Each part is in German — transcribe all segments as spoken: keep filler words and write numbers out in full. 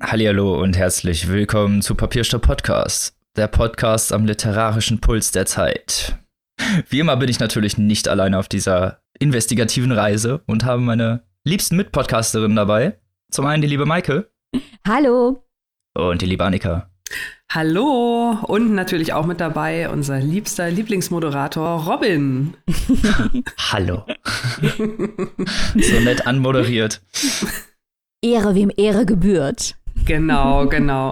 Hallihallo und herzlich willkommen zu Papierstopp Podcast, der Podcast am literarischen Puls der Zeit. Wie immer bin ich natürlich nicht alleine auf dieser investigativen Reise und habe meine liebsten Mitpodcasterinnen dabei. Zum einen die liebe Maike. Hallo. Und die liebe Annika. Hallo. Und natürlich auch mit dabei unser liebster Lieblingsmoderator Robin. Hallo. So nett anmoderiert. Ehre, wem Ehre gebührt. Genau, genau.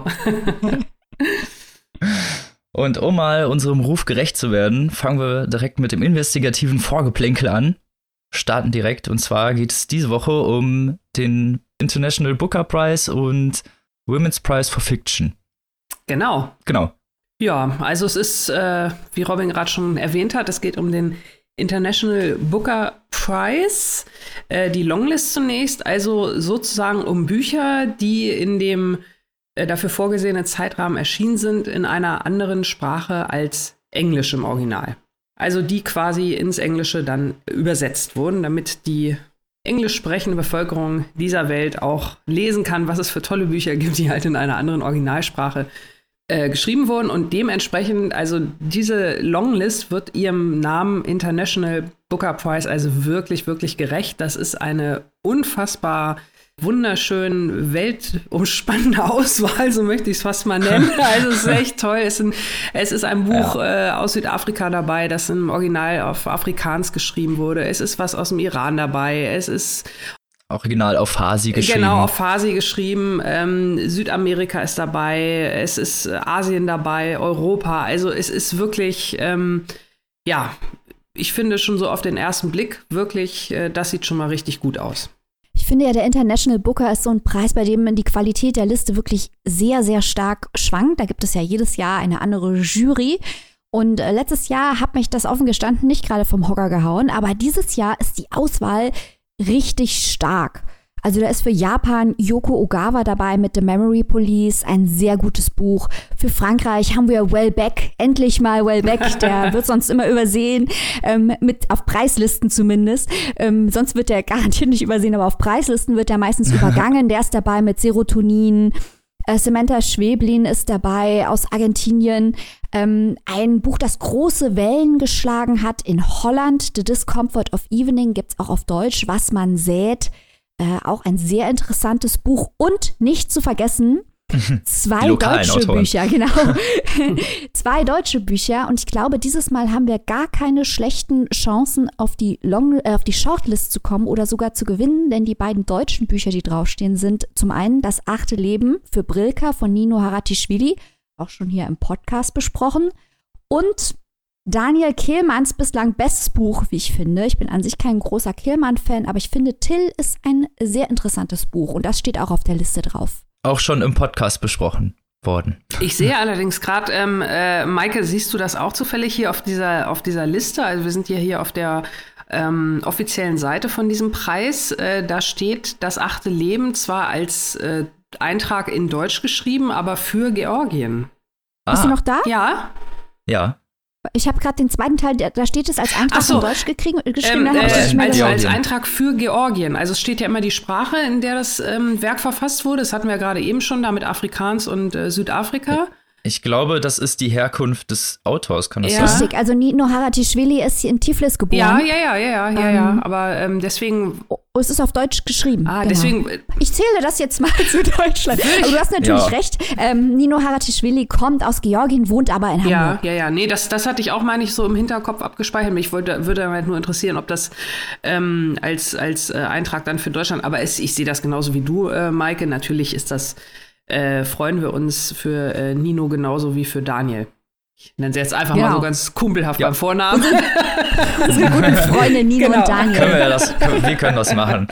Und um mal unserem Ruf gerecht zu werden, fangen wir direkt mit dem investigativen Vorgeplänkel an. Starten direkt. Und zwar geht es diese Woche um den International Booker Prize und Women's Prize for Fiction. Genau. Genau. Ja, also es ist, äh, wie Robin gerade schon erwähnt hat, es geht um den International Booker Prize, äh, die Longlist zunächst, also sozusagen um Bücher, die in dem äh, dafür vorgesehenen Zeitrahmen erschienen sind, in einer anderen Sprache als Englisch im Original. Also die quasi ins Englische dann übersetzt wurden, damit die englisch sprechende Bevölkerung dieser Welt auch lesen kann, was es für tolle Bücher gibt, die halt in einer anderen Originalsprache Äh, geschrieben wurden und dementsprechend, also diese Longlist wird ihrem Namen International Booker Prize also wirklich, wirklich gerecht. Das ist eine unfassbar wunderschön weltumspannende Auswahl, so möchte ich es fast mal nennen. Also es ist echt toll. Es ist ein, es ist ein Buch ja. äh, aus Südafrika dabei, das im Original auf Afrikaans geschrieben wurde. Es ist was aus dem Iran dabei. Es ist Original auf Farsi geschrieben. Genau, auf Farsi geschrieben. Ähm, Südamerika ist dabei, es ist Asien dabei, Europa. Also es ist wirklich, ähm, ja, ich finde schon so auf den ersten Blick wirklich, äh, das sieht schon mal richtig gut aus. Ich finde ja, der International Booker ist so ein Preis, bei dem die Qualität der Liste wirklich sehr, sehr stark schwankt. Da gibt es ja jedes Jahr eine andere Jury. Und äh, letztes Jahr hat mich das offen gestanden nicht gerade vom Hocker gehauen, aber dieses Jahr ist die Auswahl richtig stark. Also da ist für Japan Yoko Ogawa dabei mit The Memory Police, ein sehr gutes Buch. Für Frankreich haben wir Welbeck, endlich mal Welbeck, der wird sonst immer übersehen, ähm, mit auf Preislisten zumindest. Ähm, sonst wird der garantiert nicht übersehen, aber auf Preislisten wird er meistens übergangen. Der ist dabei mit Serotonin. Äh, Samantha Schweblin ist dabei aus Argentinien. Ähm, ein Buch, das große Wellen geschlagen hat in Holland. The Discomfort of Evening gibt's auch auf Deutsch. Was man sät. Äh, auch ein sehr interessantes Buch. Und nicht zu vergessen, zwei deutsche Autoren. Bücher. Genau. Zwei deutsche Bücher. Und ich glaube, dieses Mal haben wir gar keine schlechten Chancen, auf die, Long, äh, auf die Shortlist zu kommen oder sogar zu gewinnen. Denn die beiden deutschen Bücher, die draufstehen, sind zum einen Das achte Leben für Brilka von Nino Haratischvili, auch schon hier im Podcast besprochen. Und Daniel Kehlmanns bislang bestes Buch, wie ich finde. Ich bin an sich kein großer Kehlmann-Fan, aber ich finde, Till ist ein sehr interessantes Buch. Und das steht auch auf der Liste drauf. Auch schon im Podcast besprochen worden. Ich sehe allerdings gerade, ähm, äh, Maike, siehst du das auch zufällig hier auf dieser, auf dieser Liste? Also wir sind ja hier auf der ähm, offiziellen Seite von diesem Preis. Äh, da steht Das achte Leben zwar als äh, Eintrag in Deutsch geschrieben, aber für Georgien. Ah. Bist du noch da? Ja. Ja. Ich habe gerade den zweiten Teil, da steht es als Eintrag so. in Deutsch gekriegen, geschrieben. Ähm, dann äh, ich nicht mehr als, gehört. als Eintrag für Georgien. Also es steht ja immer die Sprache, in der das ähm, Werk verfasst wurde. Das hatten wir gerade eben schon, da mit Afrikaans und äh, Südafrika. Ich glaube, das ist die Herkunft des Autors, kann das Ja. sein? Richtig, also Nino Haratischvili ist hier in Tiflis geboren. Ja, ja, ja, ja, ja, ja, Ähm, ja. Aber ähm, deswegen. Oh, es ist auf Deutsch geschrieben. Ah, genau. deswegen. Ich zähle das jetzt mal zu Deutschland. Aber du hast natürlich Ja. recht. Ähm, Nino Haratischvili kommt aus Georgien, wohnt aber in Ja, Hamburg. ja, ja. Nee, das, das hatte ich auch, meine ich, so im Hinterkopf abgespeichert. Mich wollte, würde halt nur interessieren, ob das ähm, als, als äh, Eintrag dann für Deutschland. Aber es, ich sehe das genauso wie du, äh, Maike. Natürlich ist das. Äh, freuen wir uns für äh, Nino genauso wie für Daniel. Ich nenne sie jetzt einfach Genau. mal so ganz kumpelhaft Ja. beim Vornamen. Unsere guten Freunde Nino Genau. und Daniel. Können wir ja das, können, wir können das machen.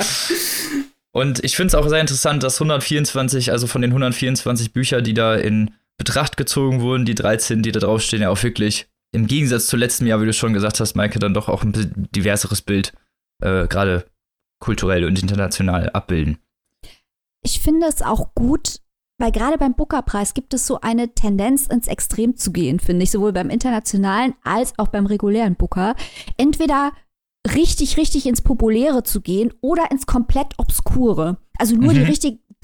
Und ich finde es auch sehr interessant, dass hundertvierundzwanzig, also von den hundertvierundzwanzig Büchern, die da in Betracht gezogen wurden, die dreizehn, die da draufstehen, ja auch wirklich im Gegensatz zu letztem Jahr, wie du schon gesagt hast, Maike, dann doch auch ein diverseres Bild, äh, gerade kulturell und international abbilden. Ich finde es auch gut, weil gerade beim Booker-Preis gibt es so eine Tendenz, ins Extrem zu gehen, finde ich, sowohl beim internationalen als auch beim regulären Booker. Entweder richtig, richtig ins Populäre zu gehen oder ins komplett Obskure. Also nur Mhm. die richtig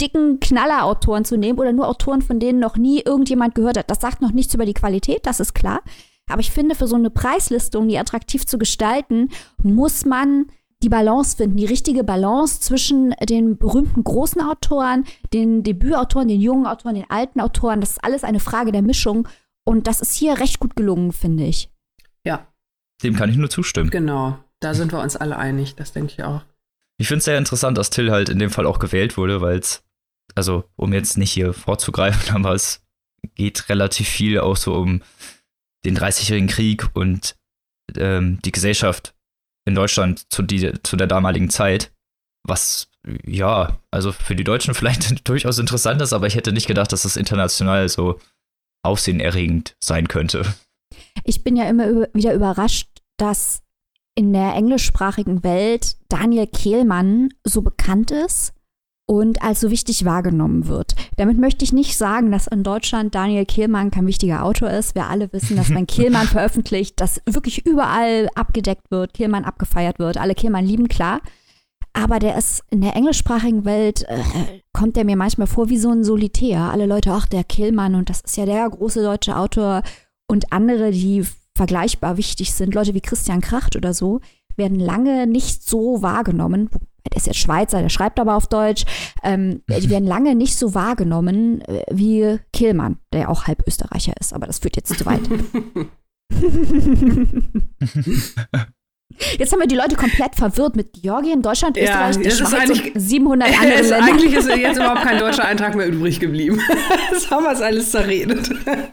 dicken Knallerautoren zu nehmen oder nur Autoren, von denen noch nie irgendjemand gehört hat. Das sagt noch nichts über die Qualität, das ist klar. Aber ich finde, für so eine Preislistung, die attraktiv zu gestalten, muss man die Balance finden, die richtige Balance zwischen den berühmten großen Autoren, den Debütautoren, den jungen Autoren, den alten Autoren. Das ist alles eine Frage der Mischung. Und das ist hier recht gut gelungen, finde ich. Ja. Dem kann ich nur zustimmen. Genau, da sind wir uns alle einig, das denke ich auch. Ich finde es sehr interessant, dass Till halt in dem Fall auch gewählt wurde, weil es, also um jetzt nicht hier vorzugreifen, aber es geht relativ viel auch so um den dreißigjährigen Krieg und ähm, die Gesellschaft in Deutschland zu, die, zu der damaligen Zeit, was, ja, also für die Deutschen vielleicht durchaus interessant ist, aber ich hätte nicht gedacht, dass das international so aufsehenerregend sein könnte. Ich bin ja immer über, wieder überrascht, dass in der englischsprachigen Welt Daniel Kehlmann so bekannt ist und als so wichtig wahrgenommen wird. Damit möchte ich nicht sagen, dass in Deutschland Daniel Kehlmann kein wichtiger Autor ist. Wir alle wissen, dass wenn Kehlmann veröffentlicht, dass wirklich überall abgedeckt wird, Kehlmann abgefeiert wird, alle Kehlmann lieben, klar. Aber der ist in der englischsprachigen Welt, äh, kommt der mir manchmal vor wie so ein Solitär. Alle Leute, ach, der Kehlmann und das ist ja der große deutsche Autor. Und andere, die vergleichbar wichtig sind, Leute wie Christian Kracht oder so, werden lange nicht so wahrgenommen. Der ist jetzt Schweizer, der schreibt aber auf Deutsch. Ähm, die werden lange nicht so wahrgenommen äh, wie Kehlmann, der ja auch halb Österreicher ist. Aber das führt jetzt zu weit. Jetzt haben wir die Leute komplett verwirrt mit Georgien, Deutschland, ja, Österreich, der Schweiz und siebenhundert ist, andere Länder. Eigentlich ist jetzt überhaupt kein deutscher Eintrag mehr übrig geblieben. Das haben wir es alles zerredet.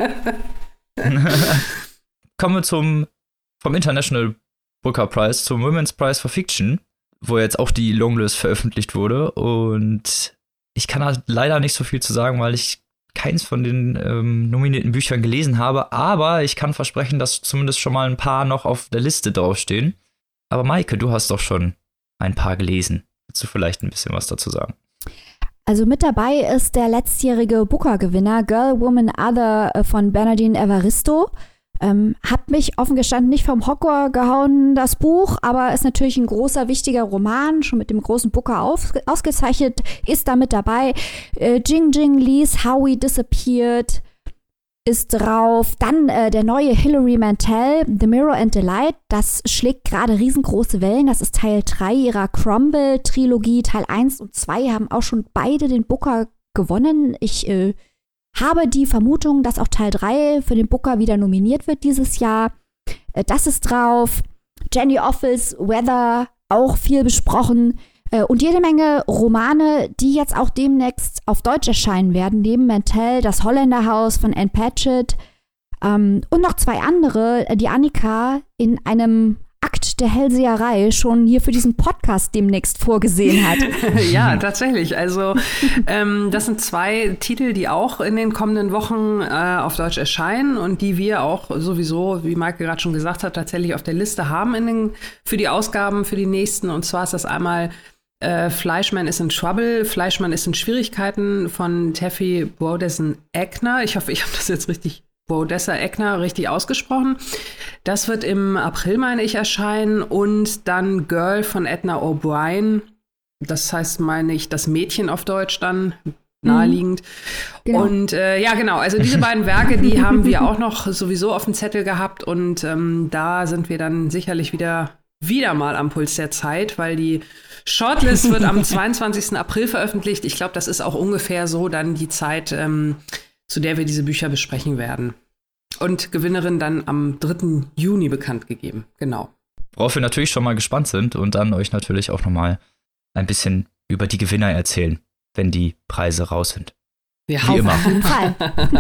Kommen wir zum vom International Booker Prize zum Women's Prize for Fiction, wo jetzt auch die Longlist veröffentlicht wurde. Und ich kann da leider nicht so viel zu sagen, weil ich keins von den ähm, nominierten Büchern gelesen habe. Aber ich kann versprechen, dass zumindest schon mal ein paar noch auf der Liste draufstehen. Aber Maike, du hast doch schon ein paar gelesen. Willst du vielleicht ein bisschen was dazu sagen? Also mit dabei ist der letztjährige Booker-Gewinner Girl, Woman, Other von Bernardine Evaristo. Ähm, hat mich offen gestanden nicht vom Hocker gehauen, das Buch, aber ist natürlich ein großer, wichtiger Roman, schon mit dem großen Booker auf, ausgezeichnet, ist da mit dabei. Äh, Jing Jing Lee's How We Disappeared ist drauf. Dann äh, der neue Hilary Mantel, The Mirror and the Light, das schlägt gerade riesengroße Wellen. Das ist Teil drei ihrer Cromwell-Trilogie. Teil eins und zwei haben auch schon beide den Booker gewonnen. Ich äh, habe die Vermutung, dass auch Teil drei für den Booker wieder nominiert wird dieses Jahr. Äh, das ist drauf. Jenny Office, Weather, auch viel besprochen. Äh, und jede Menge Romane, die jetzt auch demnächst auf Deutsch erscheinen werden. Neben Mantel, Das Holländerhaus von Anne Patchett. Ähm, und noch zwei andere, die Annika in einem Akt der Hellseherei schon hier für diesen Podcast demnächst vorgesehen hat. Ja, tatsächlich. Also ähm, das sind zwei Titel, die auch in den kommenden Wochen äh, auf Deutsch erscheinen und die wir auch sowieso, wie Maike gerade schon gesagt hat, tatsächlich auf der Liste haben in den, für die Ausgaben für die nächsten. Und zwar ist das einmal äh, Fleischmann is in Trouble, Fleischmann ist in Schwierigkeiten von Taffy Brodesson-Eckner. Ich hoffe, ich habe das jetzt richtig Brodesson-Eckner richtig ausgesprochen. Das wird im April, meine ich, erscheinen. Und dann Girl von Edna O'Brien. Das heißt, meine ich, das Mädchen auf Deutsch dann, naheliegend. Mhm. Genau. Und äh, ja, genau, also diese beiden Werke, die haben wir auch noch sowieso auf dem Zettel gehabt. Und ähm, da sind wir dann sicherlich wieder, wieder mal am Puls der Zeit, weil die Shortlist wird am zweiundzwanzigsten April veröffentlicht. Ich glaube, das ist auch ungefähr so dann die Zeit, ähm, zu der wir diese Bücher besprechen werden. Und Gewinnerin dann am dritten Juni bekannt gegeben. Genau. Worauf wir natürlich schon mal gespannt sind und dann euch natürlich auch noch mal ein bisschen über die Gewinner erzählen, wenn die Preise raus sind. Ja, wie immer. Auf jeden Fall.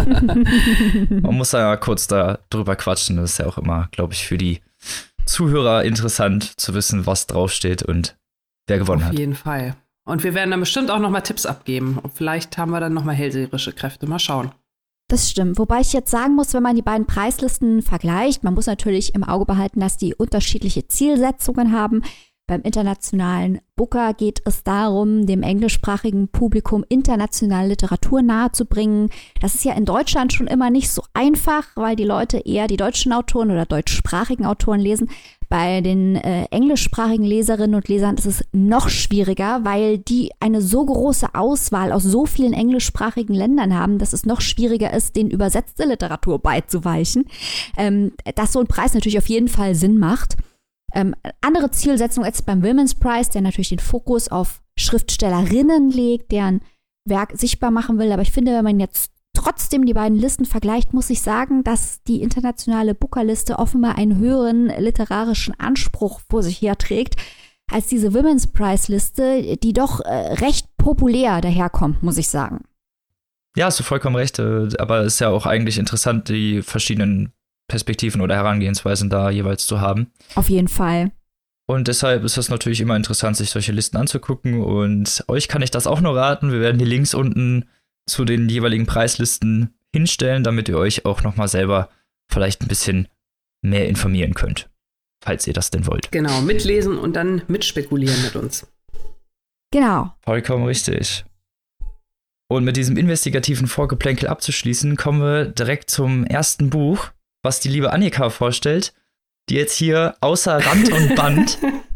Man muss ja kurz da drüber quatschen. Das ist ja auch immer, glaube ich, für die Zuhörer interessant zu wissen, was draufsteht und wer gewonnen hat. Auf jeden Fall. Und wir werden dann bestimmt auch noch mal Tipps abgeben. Und vielleicht haben wir dann noch mal hellseherische Kräfte. Mal schauen. Das stimmt. Wobei ich jetzt sagen muss, wenn man die beiden Preislisten vergleicht, man muss natürlich im Auge behalten, dass die unterschiedliche Zielsetzungen haben. Beim internationalen Booker geht es darum, dem englischsprachigen Publikum internationale Literatur nahezubringen. Das ist ja in Deutschland schon immer nicht so einfach, weil die Leute eher die deutschen Autoren oder deutschsprachigen Autoren lesen. Bei den äh, englischsprachigen Leserinnen und Lesern ist es noch schwieriger, weil die eine so große Auswahl aus so vielen englischsprachigen Ländern haben, dass es noch schwieriger ist, den übersetzte Literatur beizuweichen. Ähm, dass so ein Preis natürlich auf jeden Fall Sinn macht. Ähm, andere Zielsetzung als beim Women's Prize, der natürlich den Fokus auf Schriftstellerinnen legt, deren Werk sichtbar machen will. Aber ich finde, wenn man jetzt trotzdem die beiden Listen vergleicht, muss ich sagen, dass die internationale Booker-Liste offenbar einen höheren literarischen Anspruch vor sich herträgt, als diese Women's Prize-Liste, die doch äh, recht populär daherkommt, muss ich sagen. Ja, hast du vollkommen recht, aber es ist ja auch eigentlich interessant, die verschiedenen Perspektiven oder Herangehensweisen da jeweils zu haben. Auf jeden Fall. Und deshalb ist es natürlich immer interessant, sich solche Listen anzugucken, und euch kann ich das auch nur raten. Wir werden die Links unten zu den jeweiligen Preislisten hinstellen, damit ihr euch auch nochmal selber vielleicht ein bisschen mehr informieren könnt, falls ihr das denn wollt. Genau, mitlesen und dann mitspekulieren mit uns. Genau. Vollkommen richtig. Und mit diesem investigativen Vorgeplänkel abzuschließen, kommen wir direkt zum ersten Buch, was die liebe Annika vorstellt, die jetzt hier außer Rand und Band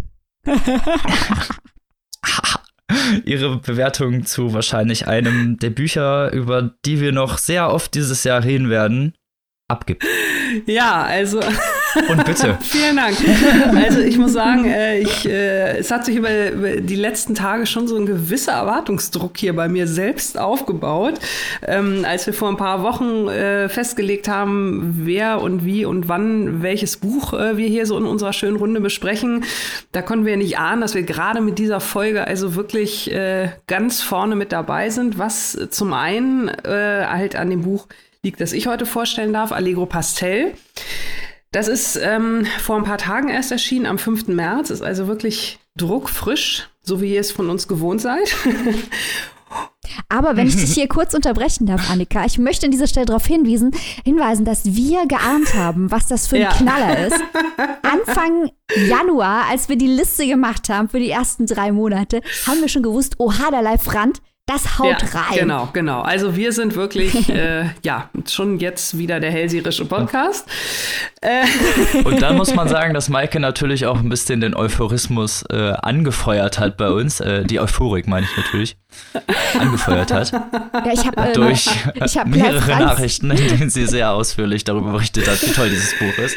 ihre Bewertung zu wahrscheinlich einem der Bücher, über die wir noch sehr oft dieses Jahr reden werden, abgibt. Ja, also und bitte. Vielen Dank. Also ich muss sagen, äh, ich, äh, es hat sich über, über die letzten Tage schon so ein gewisser Erwartungsdruck hier bei mir selbst aufgebaut. Ähm, als wir vor ein paar Wochen äh, festgelegt haben, wer und wie und wann welches Buch äh, wir hier so in unserer schönen Runde besprechen, da konnten wir nicht ahnen, dass wir gerade mit dieser Folge also wirklich äh, ganz vorne mit dabei sind, was zum einen äh, halt an dem Buch liegt, das ich heute vorstellen darf, Allegro Pastel. Das ist ähm, vor ein paar Tagen erst erschienen, am fünften März, ist also wirklich druckfrisch, so wie ihr es von uns gewohnt seid. Aber wenn ich dich hier kurz unterbrechen darf, Annika, ich möchte an dieser Stelle darauf hinweisen, hinweisen, dass wir geahnt haben, was das für ein ja. Knaller ist. Anfang Januar, als wir die Liste gemacht haben für die ersten drei Monate, haben wir schon gewusst, oha, der Live Rand, das haut ja, rein. Genau, genau. Also wir sind wirklich, äh, ja, schon jetzt wieder der hellseherische Podcast. Äh. Und dann muss man sagen, dass Maike natürlich auch ein bisschen den Euphorismus äh, angefeuert hat bei uns. Äh, die Euphorik meine ich natürlich. Angefeuert hat. Ja, ich habe äh, durch ich hab mehrere Nachrichten, in denen sie sehr ausführlich darüber berichtet hat, wie toll dieses Buch ist.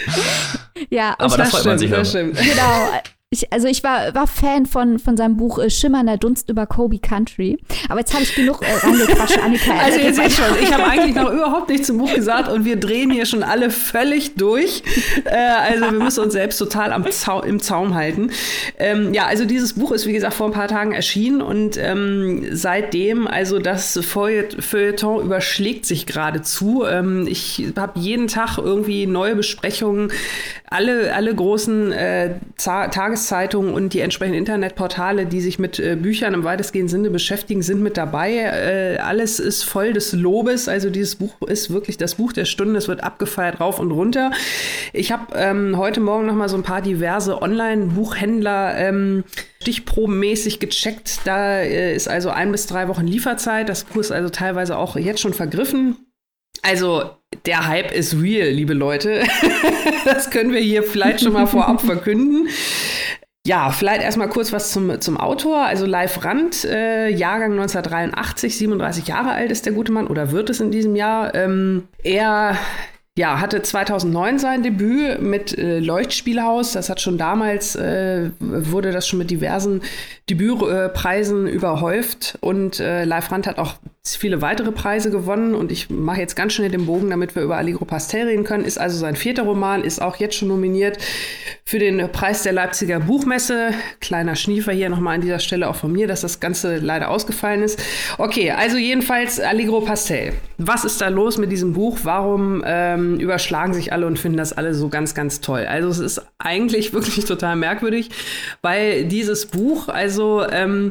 Ja, aber da freut man sich das stimmt. Genau. Ich, also ich war, war Fan von, von seinem Buch äh, Schimmernder Dunst über Kobe Country. Aber jetzt habe ich genug äh, rangequatscht, Annika. Also ihr seht schon, ich habe eigentlich noch überhaupt nichts zum Buch gesagt und wir drehen hier schon alle völlig durch. Äh, also wir müssen uns selbst total am Zau- im Zaum halten. Ähm, ja, also dieses Buch ist, wie gesagt, vor ein paar Tagen erschienen und ähm, seitdem, also das Feuilleton überschlägt sich geradezu. Ähm, ich habe jeden Tag irgendwie neue Besprechungen. Alle, alle großen äh, Z- Tageszeitungen und die entsprechenden Internetportale, die sich mit äh, Büchern im weitestgehenden Sinne beschäftigen, sind mit dabei. Äh, alles ist voll des Lobes. Also dieses Buch ist wirklich das Buch der Stunde. Es wird abgefeiert rauf und runter. Ich habe ähm, heute Morgen noch mal so ein paar diverse Online-Buchhändler ähm, stichprobenmäßig gecheckt. Da äh, ist also ein bis drei Wochen Lieferzeit. Das Buch ist also teilweise auch jetzt schon vergriffen. Also der Hype ist real, liebe Leute. Das können wir hier vielleicht schon mal vorab verkünden. Ja, vielleicht erstmal kurz was zum, zum Autor. Also Live Rand, äh, Jahrgang neunzehnhundertdreiundachtzig, siebenunddreißig Jahre alt ist der gute Mann oder wird es in diesem Jahr. Ähm, er ja, hatte zweitausendneun sein Debüt mit äh, Leuchtspielhaus. Das hat schon damals, äh, wurde das schon mit diversen Debütpreisen äh, überhäuft. Und äh, Live Rand hat auch viele weitere Preise gewonnen. Und ich mache jetzt ganz schnell den Bogen, damit wir über Allegro Pastel reden können. Ist also sein vierter Roman, ist auch jetzt schon nominiert für den Preis der Leipziger Buchmesse. Kleiner Schniefer hier nochmal an dieser Stelle auch von mir, dass das Ganze leider ausgefallen ist. Okay, also jedenfalls Allegro Pastel. Was ist da los mit diesem Buch? Warum ähm, überschlagen sich alle und finden das alle so ganz, ganz toll? Also es ist eigentlich wirklich total merkwürdig, weil dieses Buch, also ähm,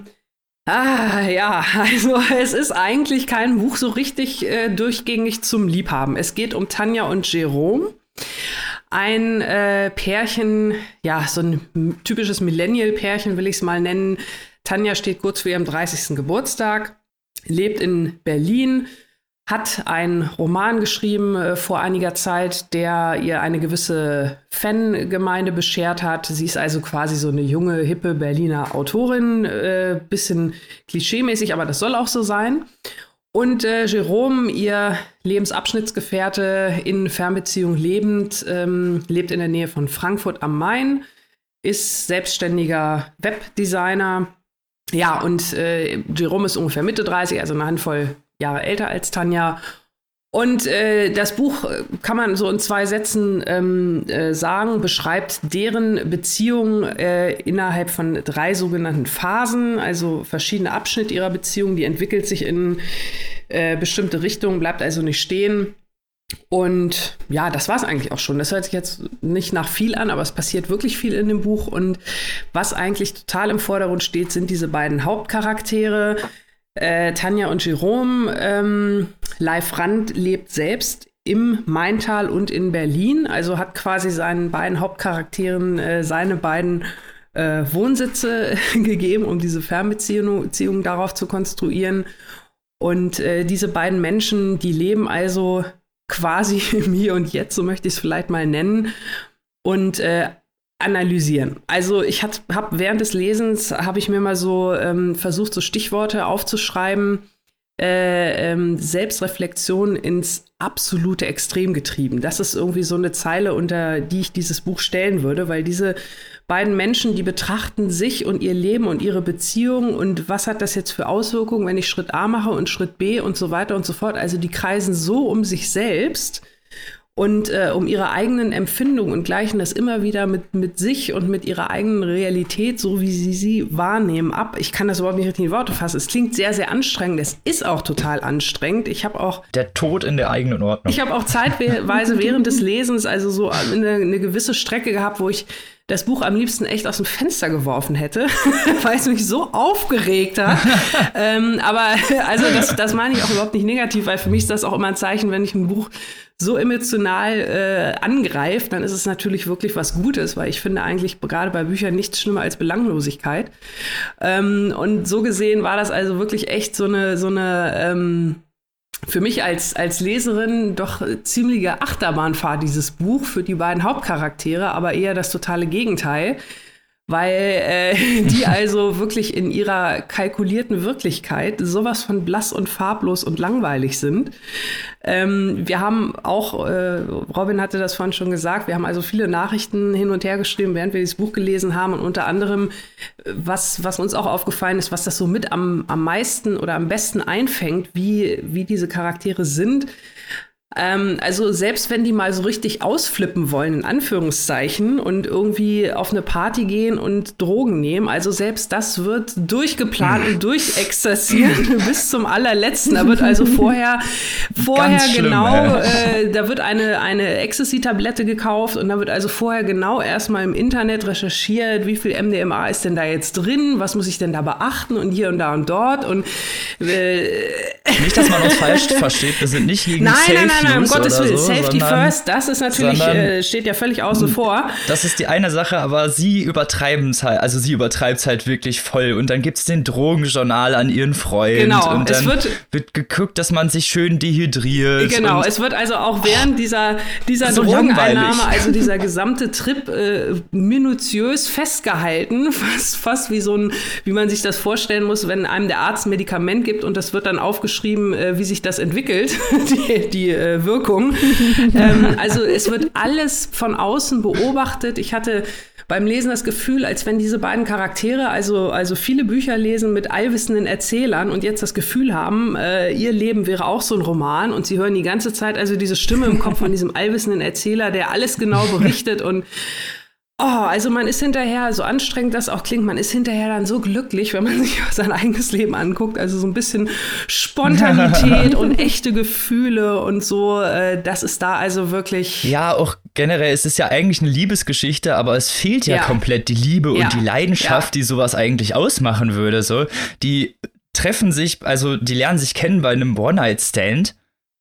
Ah, ja, also es ist eigentlich kein Buch so richtig äh, durchgängig zum Liebhaben. Es geht um Tanja und Jerome. ein äh, Pärchen, ja, so ein typisches Millennial-Pärchen will ich es mal nennen. Tanja steht kurz vor ihrem dreißigsten Geburtstag, lebt in Berlin, hat einen Roman geschrieben äh, vor einiger Zeit, der ihr eine gewisse Fangemeinde beschert hat. Sie ist also quasi so eine junge, hippe Berliner Autorin, äh, bisschen klischeemäßig, aber das soll auch so sein. Und äh, Jerome, ihr Lebensabschnittsgefährte, in Fernbeziehung lebend, ähm, lebt in der Nähe von Frankfurt am Main, ist selbstständiger Webdesigner. Ja, und äh, Jerome ist ungefähr Mitte dreißig, also eine Handvoll Jahre älter als Tanja. Und äh, das Buch kann man so in zwei Sätzen ähm, äh, sagen, beschreibt deren Beziehung äh, innerhalb von drei sogenannten Phasen, also verschiedene Abschnitte ihrer Beziehung, die entwickelt sich in äh, bestimmte Richtungen, bleibt also nicht stehen. Und ja, das war es eigentlich auch schon. Das hört sich jetzt nicht nach viel an, aber es passiert wirklich viel in dem Buch. Und was eigentlich total im Vordergrund steht, sind diese beiden Hauptcharaktere, Äh, Tanja und Jerome. ähm, Leif Rand lebt selbst im Maintal und in Berlin, also hat quasi seinen beiden Hauptcharakteren äh, seine beiden äh, Wohnsitze gegeben, um diese Fernbeziehung Beziehung darauf zu konstruieren. Und äh, diese beiden Menschen, die leben also quasi im Hier und Jetzt, so möchte ich es vielleicht mal nennen, und äh, analysieren. Also ich habe während des Lesens, habe ich mir mal so ähm, versucht, so Stichworte aufzuschreiben, äh, ähm, Selbstreflexion ins absolute Extrem getrieben. Das ist irgendwie so eine Zeile, unter die ich dieses Buch stellen würde, weil diese beiden Menschen, die betrachten sich und ihr Leben und ihre Beziehung und was hat das jetzt für Auswirkungen, wenn ich Schritt A mache und Schritt B und so weiter und so fort. Also die kreisen so um sich selbst und äh, um ihre eigenen Empfindungen und gleichen das immer wieder mit, mit sich und mit ihrer eigenen Realität, so wie sie sie wahrnehmen, ab. Ich kann das überhaupt nicht richtig in Worte fassen. Es klingt sehr, sehr anstrengend. Es ist auch total anstrengend. Ich habe auch Der Tod in der eigenen Ordnung. Ich habe auch zeitweise während des Lesens also so eine, eine gewisse Strecke gehabt, wo ich das Buch am liebsten echt aus dem Fenster geworfen hätte, weil es mich so aufgeregt hat. ähm, aber also das, das meine ich auch überhaupt nicht negativ, weil für mich ist das auch immer ein Zeichen, wenn ich ein Buch so emotional äh, angreift, dann ist es natürlich wirklich was Gutes, weil ich finde eigentlich gerade bei Büchern nichts schlimmer als Belanglosigkeit. Ähm, und so gesehen war das also wirklich echt so eine, so eine ähm, für mich als, als Leserin doch ziemliche Achterbahnfahrt, dieses Buch, für die beiden Hauptcharaktere, aber eher das totale Gegenteil. Weil äh, die also wirklich in ihrer kalkulierten Wirklichkeit sowas von blass und farblos und langweilig sind. Ähm, wir haben auch, äh, Robin hatte das vorhin schon gesagt, wir haben also viele Nachrichten hin und her geschrieben, während wir dieses Buch gelesen haben. Und unter anderem, was, was uns auch aufgefallen ist, was das so mit am, am meisten oder am besten einfängt, wie, wie diese Charaktere sind. Ähm, also selbst wenn die mal so richtig ausflippen wollen, in Anführungszeichen, und irgendwie auf eine Party gehen und Drogen nehmen, also selbst das wird durchgeplant und durchexerziert bis zum allerletzten. Da wird also vorher, vorher schlimm, genau, äh, da wird eine, eine Ecstasy-Tablette gekauft und da wird also vorher genau erstmal im Internet recherchiert, wie viel M D M A ist denn da jetzt drin, was muss ich denn da beachten und hier und da und dort und äh, Nicht, dass man uns falsch versteht, wir sind nicht gegen nein, Safe nein, nein, nein, um Gottes Willen, so, Safety sondern, first, das ist natürlich, sondern, äh, steht ja völlig außen vor. Das ist die eine Sache, aber sie übertreiben es halt, also sie übertreibt es halt wirklich voll und dann gibt's den Drogenjournal an ihren Freund Genau, und es dann wird, wird geguckt, dass man sich schön dehydriert. Genau, und, es wird also auch während oh, dieser, dieser so Drogeneinnahme, langweilig. also dieser gesamte Trip äh, minutiös festgehalten, fast, fast wie so ein, wie man sich das vorstellen muss, wenn einem der Arzt ein Medikament gibt und das wird dann aufgeschrieben, äh, wie sich das entwickelt, die, die äh, Wirkung. ähm, also es wird alles von außen beobachtet. Ich hatte beim Lesen das Gefühl, als wenn diese beiden Charaktere, also, also viele Bücher lesen mit allwissenden Erzählern und jetzt das Gefühl haben, äh, ihr Leben wäre auch so ein Roman und sie hören die ganze Zeit also diese Stimme im Kopf von diesem allwissenden Erzähler, der alles genau berichtet und oh, also man ist hinterher, so anstrengend das auch klingt, man ist hinterher dann so glücklich, wenn man sich sein eigenes Leben anguckt. Also so ein bisschen Spontanität und echte Gefühle und so, äh, das ist da also wirklich. Ja, auch generell, es ist ja eigentlich eine Liebesgeschichte, aber es fehlt ja, Ja. komplett die Liebe Ja. und die Leidenschaft, Ja. die sowas eigentlich ausmachen würde. So, die treffen sich, also die lernen sich kennen bei einem One-Night-Stand.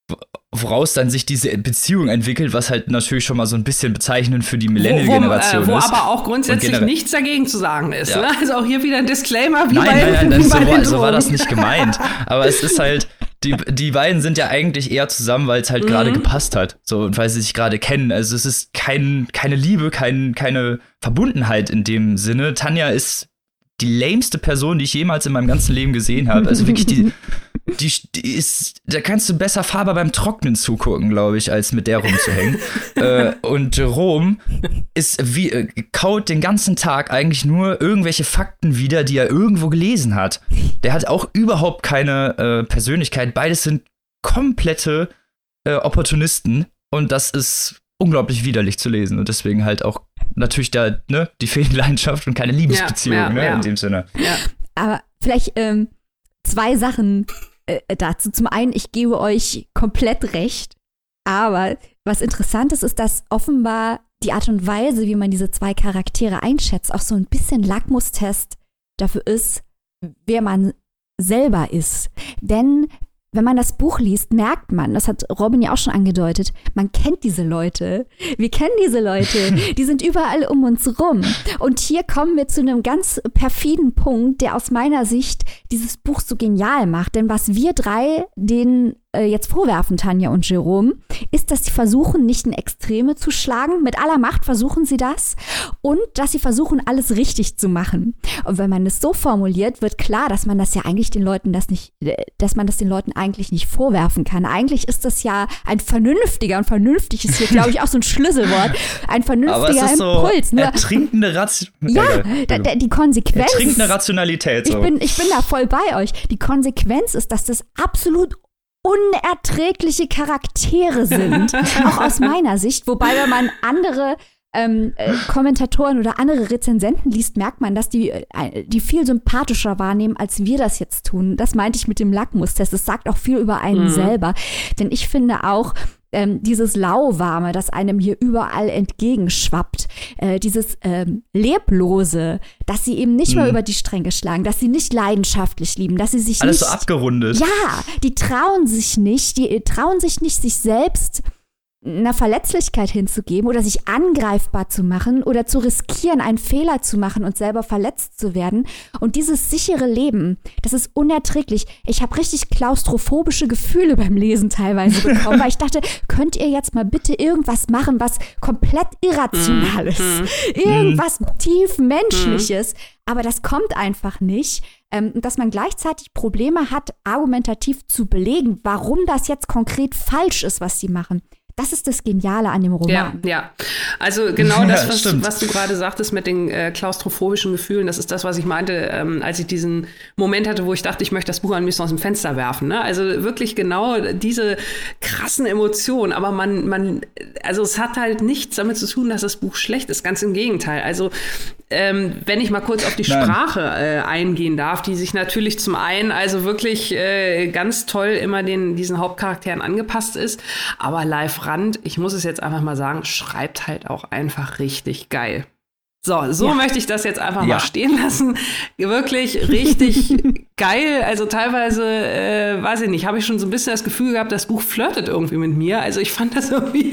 woraus dann sich diese Beziehung entwickelt, was halt natürlich schon mal so ein bisschen bezeichnend für die Millennial-Generation wo, wo, äh, wo ist. aber auch grundsätzlich nichts dagegen zu sagen ist. Ja. Ne? Also auch hier wieder ein Disclaimer. Wie nein, bei, nein, nein, wie so, bei war, so war das nicht gemeint. Aber es ist halt, die, die beiden sind ja eigentlich eher zusammen, weil es halt mhm. gerade gepasst hat. So, und weil sie sich gerade kennen. Also es ist kein, keine Liebe, kein, keine Verbundenheit in dem Sinne. Tanja ist die lameste Person, die ich jemals in meinem ganzen Leben gesehen habe. Also wirklich, die, die, die ist, da kannst du besser Faber beim Trocknen zugucken, glaube ich, als mit der rumzuhängen. äh, und Jerome ist wie, äh, kaut den ganzen Tag eigentlich nur irgendwelche Fakten wieder, die er irgendwo gelesen hat. Der hat auch überhaupt keine äh, Persönlichkeit. Beides sind komplette äh, Opportunisten und das ist unglaublich widerlich zu lesen und deswegen halt auch natürlich da, ne, die Ferienleidenschaft und keine Liebesbeziehung, ja, ja, ne, ja. in dem Sinne. Ja. Aber vielleicht ähm, zwei Sachen äh, dazu. Zum einen, ich gebe euch komplett recht, aber was interessant ist, ist, dass offenbar die Art und Weise, wie man diese zwei Charaktere einschätzt, auch so ein bisschen Lackmustest dafür ist, wer man selber ist. Denn wenn man das Buch liest, merkt man, das hat Robin ja auch schon angedeutet, man kennt diese Leute. Wir kennen diese Leute. Die sind überall um uns rum. Und hier kommen wir zu einem ganz perfiden Punkt, der aus meiner Sicht dieses Buch so genial macht. Denn was wir drei denen äh, jetzt vorwerfen, Tanja und Jerome, ist, dass sie versuchen, nicht in Extreme zu schlagen. Mit aller Macht versuchen sie das. Und dass sie versuchen, alles richtig zu machen. Und wenn man es so formuliert, wird klar, dass man das ja eigentlich den Leuten das nicht, dass man das den Leuten eigentlich nicht vorwerfen kann. Eigentlich ist das ja ein vernünftiger, und vernünftig ist hier, glaube ich, auch so ein Schlüsselwort, ein vernünftiger Aber es ist Impuls. So Nur, ertrinkende Ration. Ja, da, da, die Konsequenz. Ertrinkende Rationalität. So. Ich bin, ich bin da voll bei euch. Die Konsequenz ist, dass das absolut unerträgliche Charaktere sind. Auch aus meiner Sicht. Wobei, wenn man andere ähm, äh, Kommentatoren oder andere Rezensenten liest, merkt man, dass die, äh, die viel sympathischer wahrnehmen, als wir das jetzt tun. Das meinte ich mit dem Lackmustest. Das sagt auch viel über einen mhm. selber. Denn ich finde auch, ähm, dieses Lauwarme, das einem hier überall entgegenschwappt, äh, dieses ähm, Leblose, dass sie eben nicht mhm. mehr über die Stränge schlagen, dass sie nicht leidenschaftlich lieben, dass sie sich Alles nicht... so abgerundet. Ja, die trauen sich nicht, die trauen sich nicht, sich selbst einer Verletzlichkeit hinzugeben oder sich angreifbar zu machen oder zu riskieren, einen Fehler zu machen und selber verletzt zu werden. Und dieses sichere Leben, das ist unerträglich. Ich habe richtig klaustrophobische Gefühle beim Lesen teilweise bekommen, weil ich dachte, könnt ihr jetzt mal bitte irgendwas machen, was komplett irrational ist? Mm. Irgendwas mm. tief Menschliches. Mm. Aber das kommt einfach nicht. Ähm, dass man gleichzeitig Probleme hat, argumentativ zu belegen, warum das jetzt konkret falsch ist, was sie machen. Das ist das Geniale an dem Roman. Ja, ja. Also genau das, was, ja, was du gerade sagtest mit den äh, klaustrophobischen Gefühlen, das ist das, was ich meinte, ähm, als ich diesen Moment hatte, wo ich dachte, ich möchte das Buch am liebsten aus dem Fenster werfen. Ne? Also wirklich genau diese krassen Emotionen. Aber man, man, also es hat halt nichts damit zu tun, dass das Buch schlecht ist. Ganz im Gegenteil. Also ähm, wenn ich mal kurz auf die Nein. Sprache äh, eingehen darf, die sich natürlich zum einen also wirklich äh, ganz toll immer den diesen Hauptcharakteren angepasst ist, aber Live Rand, ich muss es jetzt einfach mal sagen, schreibt halt auch einfach richtig geil. So, so ja. möchte ich das jetzt einfach ja. mal stehen lassen. Wirklich richtig geil. Also teilweise, äh, weiß ich nicht, habe ich schon so ein bisschen das Gefühl gehabt, das Buch flirtet irgendwie mit mir. Also ich fand das irgendwie,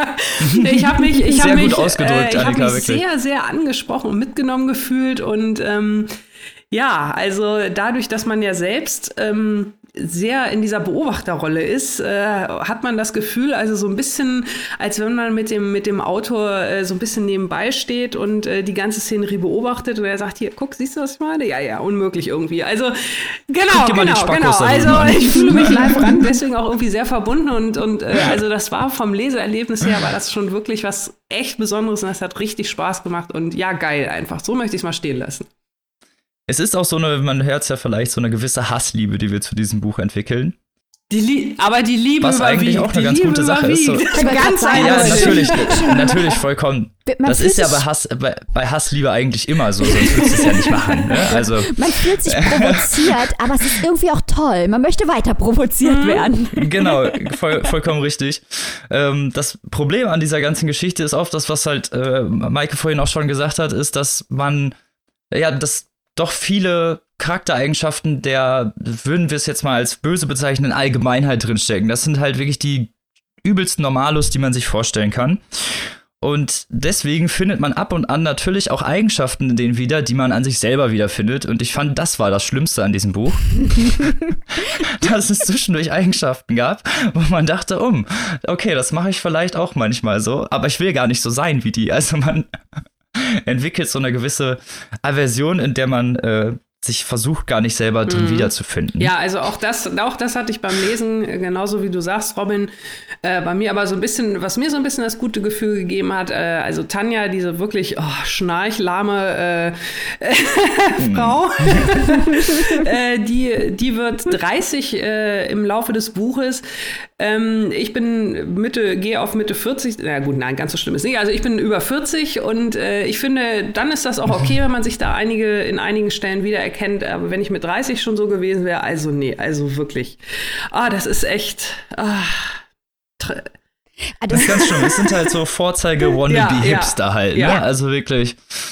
ich habe mich, ich habe mich, äh, ich habe mich sehr, sehr angesprochen und mitgenommen gefühlt. Und ähm, ja, also dadurch, dass man ja selbst ähm, sehr in dieser Beobachterrolle ist, äh, hat man das Gefühl, also so ein bisschen, als wenn man mit dem, mit dem Autor äh, so ein bisschen nebenbei steht und äh, die ganze Szenerie beobachtet und er sagt, hier, guck, siehst du, was ich meine? Ja, ja, unmöglich irgendwie. Also, genau, genau, genau. Also, ich fühle mich live ran, deswegen auch irgendwie sehr verbunden und, und äh, also das war vom Leseerlebnis her, war das schon wirklich was echt Besonderes und das hat richtig Spaß gemacht und ja, geil einfach. So möchte ich es mal stehen lassen. Es ist auch so eine, man hört es ja vielleicht, so eine gewisse Hassliebe, die wir zu diesem Buch entwickeln. Die Lie- aber die Liebe Was überwiegt. eigentlich auch eine die ganz Liebe gute Sache ist. So. Ganz ja, natürlich, natürlich, vollkommen. Man das ist ja bei, Hass, bei, bei Hassliebe eigentlich immer so, sonst würdest du es ja nicht machen. Ne? Also, man fühlt sich provoziert, aber es ist irgendwie auch toll. Man möchte weiter provoziert mhm. werden. Genau, voll, vollkommen richtig. Ähm, das Problem an dieser ganzen Geschichte ist oft das, was halt äh, Maike vorhin auch schon gesagt hat, ist, dass man, ja, das doch viele Charaktereigenschaften der, würden wir es jetzt mal als böse bezeichnen, Allgemeinheit drinstecken. Das sind halt wirklich die übelsten Normalos, die man sich vorstellen kann. Und deswegen findet man ab und an natürlich auch Eigenschaften in denen wieder, die man an sich selber wiederfindet. Und ich fand, das war das Schlimmste an diesem Buch. Dass es zwischendurch Eigenschaften gab, wo man dachte, um, okay, das mache ich vielleicht auch manchmal so, aber ich will gar nicht so sein wie die. Also man entwickelt so eine gewisse Aversion, in der man äh, sich versucht, gar nicht selber drin mhm. wiederzufinden. Ja, also auch das, auch das hatte ich beim Lesen, genauso wie du sagst, Robin, äh, bei mir aber so ein bisschen, was mir so ein bisschen das gute Gefühl gegeben hat, äh, also Tanja, diese wirklich oh, schnarchlahme äh, Frau, äh, die, die wird dreißig äh, im Laufe des Buches. Ähm, ich bin Mitte, gehe auf Mitte vierzig, na gut, nein, ganz so schlimm ist nicht, also ich bin über vierzig und äh, ich finde, dann ist das auch okay, wenn man sich da einige, in einigen Stellen wiedererkennt, aber wenn ich mit dreißig schon so gewesen wäre, also nee, also wirklich, ah, das ist echt, ah, tr- das ist ganz schön, das sind halt so Vorzeige-Wannabe-Hipster ja, ja, halt, ne? Ja. Also wirklich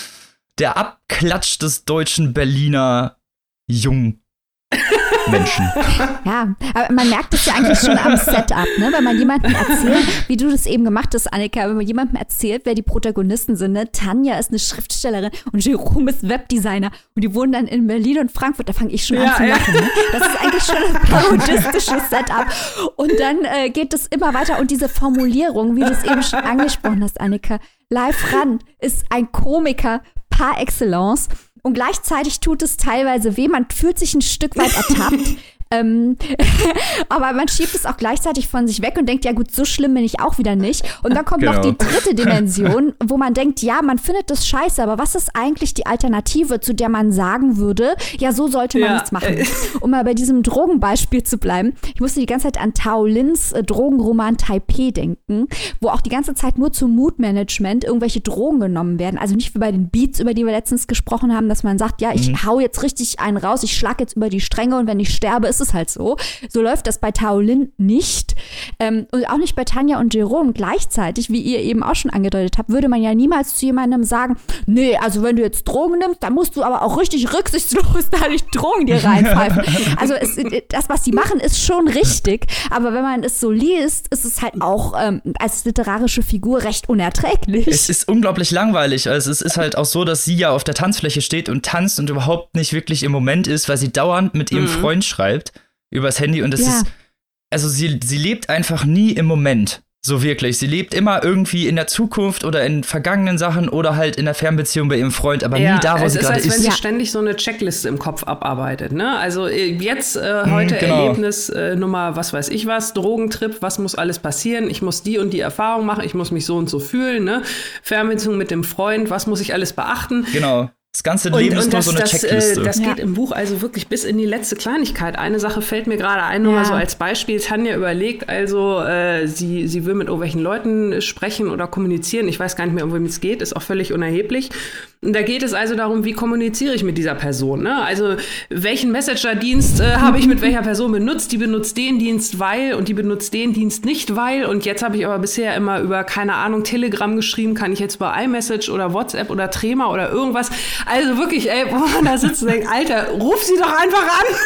der Abklatsch des deutschen Berliner Jung. Menschen. Ja, aber man merkt es ja eigentlich schon am Setup, ne? Wenn man jemandem erzählt, wie du das eben gemacht hast, Annika, wenn man jemandem erzählt, wer die Protagonisten sind, ne? Tanja ist eine Schriftstellerin und Jerome ist Webdesigner und die wohnen dann in Berlin und Frankfurt, da fange ich schon ja, an zu lachen. Ja. Ne? Das ist eigentlich schon ein parodistisches Setup. Und dann äh, geht es immer weiter und diese Formulierung, wie du es eben schon angesprochen hast, Annika, Live Ran ist ein Komiker par excellence. Und gleichzeitig tut es teilweise weh, man fühlt sich ein Stück weit ertappt. ähm, aber man schiebt es auch gleichzeitig von sich weg und denkt, ja gut, so schlimm bin ich auch wieder nicht. Und dann kommt genau. noch die dritte Dimension, wo man denkt, ja, man findet das scheiße, aber was ist eigentlich die Alternative, zu der man sagen würde, ja, so sollte man es ja. machen. Um mal bei diesem Drogenbeispiel zu bleiben, ich musste die ganze Zeit an Tao Lins äh, Drogenroman Taipei denken, wo auch die ganze Zeit nur zum Moodmanagement irgendwelche Drogen genommen werden. Also nicht wie bei den Beats, über die wir letztens gesprochen haben, dass man sagt, ja, ich mhm. hau jetzt richtig einen raus, ich schlag jetzt über die Stränge und wenn ich sterbe, ist es halt so. So läuft das bei Tao Lin nicht. Ähm, und auch nicht bei Tanja und Jerome. Gleichzeitig, wie ihr eben auch schon angedeutet habt, würde man ja niemals zu jemandem sagen, nee, also wenn du jetzt Drogen nimmst, dann musst du aber auch richtig rücksichtslos da die Drogen dir reinpfeifen. Also es, das, was die machen, ist schon richtig. Aber wenn man es so liest, ist es halt auch ähm, als literarische Figur recht unerträglich. Es ist unglaublich langweilig. Also es ist halt auch so, dass sie ja auf der Tanzfläche steht und tanzt und überhaupt nicht wirklich im Moment ist, weil sie dauernd mit ihrem mhm. Freund schreibt übers Handy und das ja. ist, also sie, sie lebt einfach nie im Moment, so wirklich. Sie lebt immer irgendwie in der Zukunft oder in vergangenen Sachen oder halt in der Fernbeziehung bei ihrem Freund, aber ja, nie da, wo sie gerade ist. Es ist, als wenn sie ja. ständig so eine Checkliste im Kopf abarbeitet, ne? Also jetzt äh, heute genau. Erlebnis äh, Nummer, was weiß ich was, Drogentrip, was muss alles passieren? Ich muss die und die Erfahrung machen, ich muss mich so und so fühlen, ne? Fernbeziehung mit dem Freund, was muss ich alles beachten? Genau. Das ganze Leben und, ist und nur das, so eine das, Checkliste. Äh, das ja. geht im Buch also wirklich bis in die letzte Kleinigkeit. Eine Sache fällt mir gerade ein, nur ja. mal so als Beispiel. Tanja überlegt also, äh, sie, sie will mit irgendwelchen Leuten sprechen oder kommunizieren. Ich weiß gar nicht mehr, um wem es geht, ist auch völlig unerheblich. Und da geht es also darum, wie kommuniziere ich mit dieser Person. Ne? Also welchen Messenger-Dienst äh, habe ich mit welcher Person benutzt? Die benutzt den Dienst, weil und die benutzt den Dienst nicht, weil. Und jetzt habe ich aber bisher immer über, keine Ahnung, Telegram geschrieben. Kann ich jetzt über iMessage oder WhatsApp oder Trema oder irgendwas? Also wirklich, ey, wo man da sitzt und denkt, Alter, ruf sie doch einfach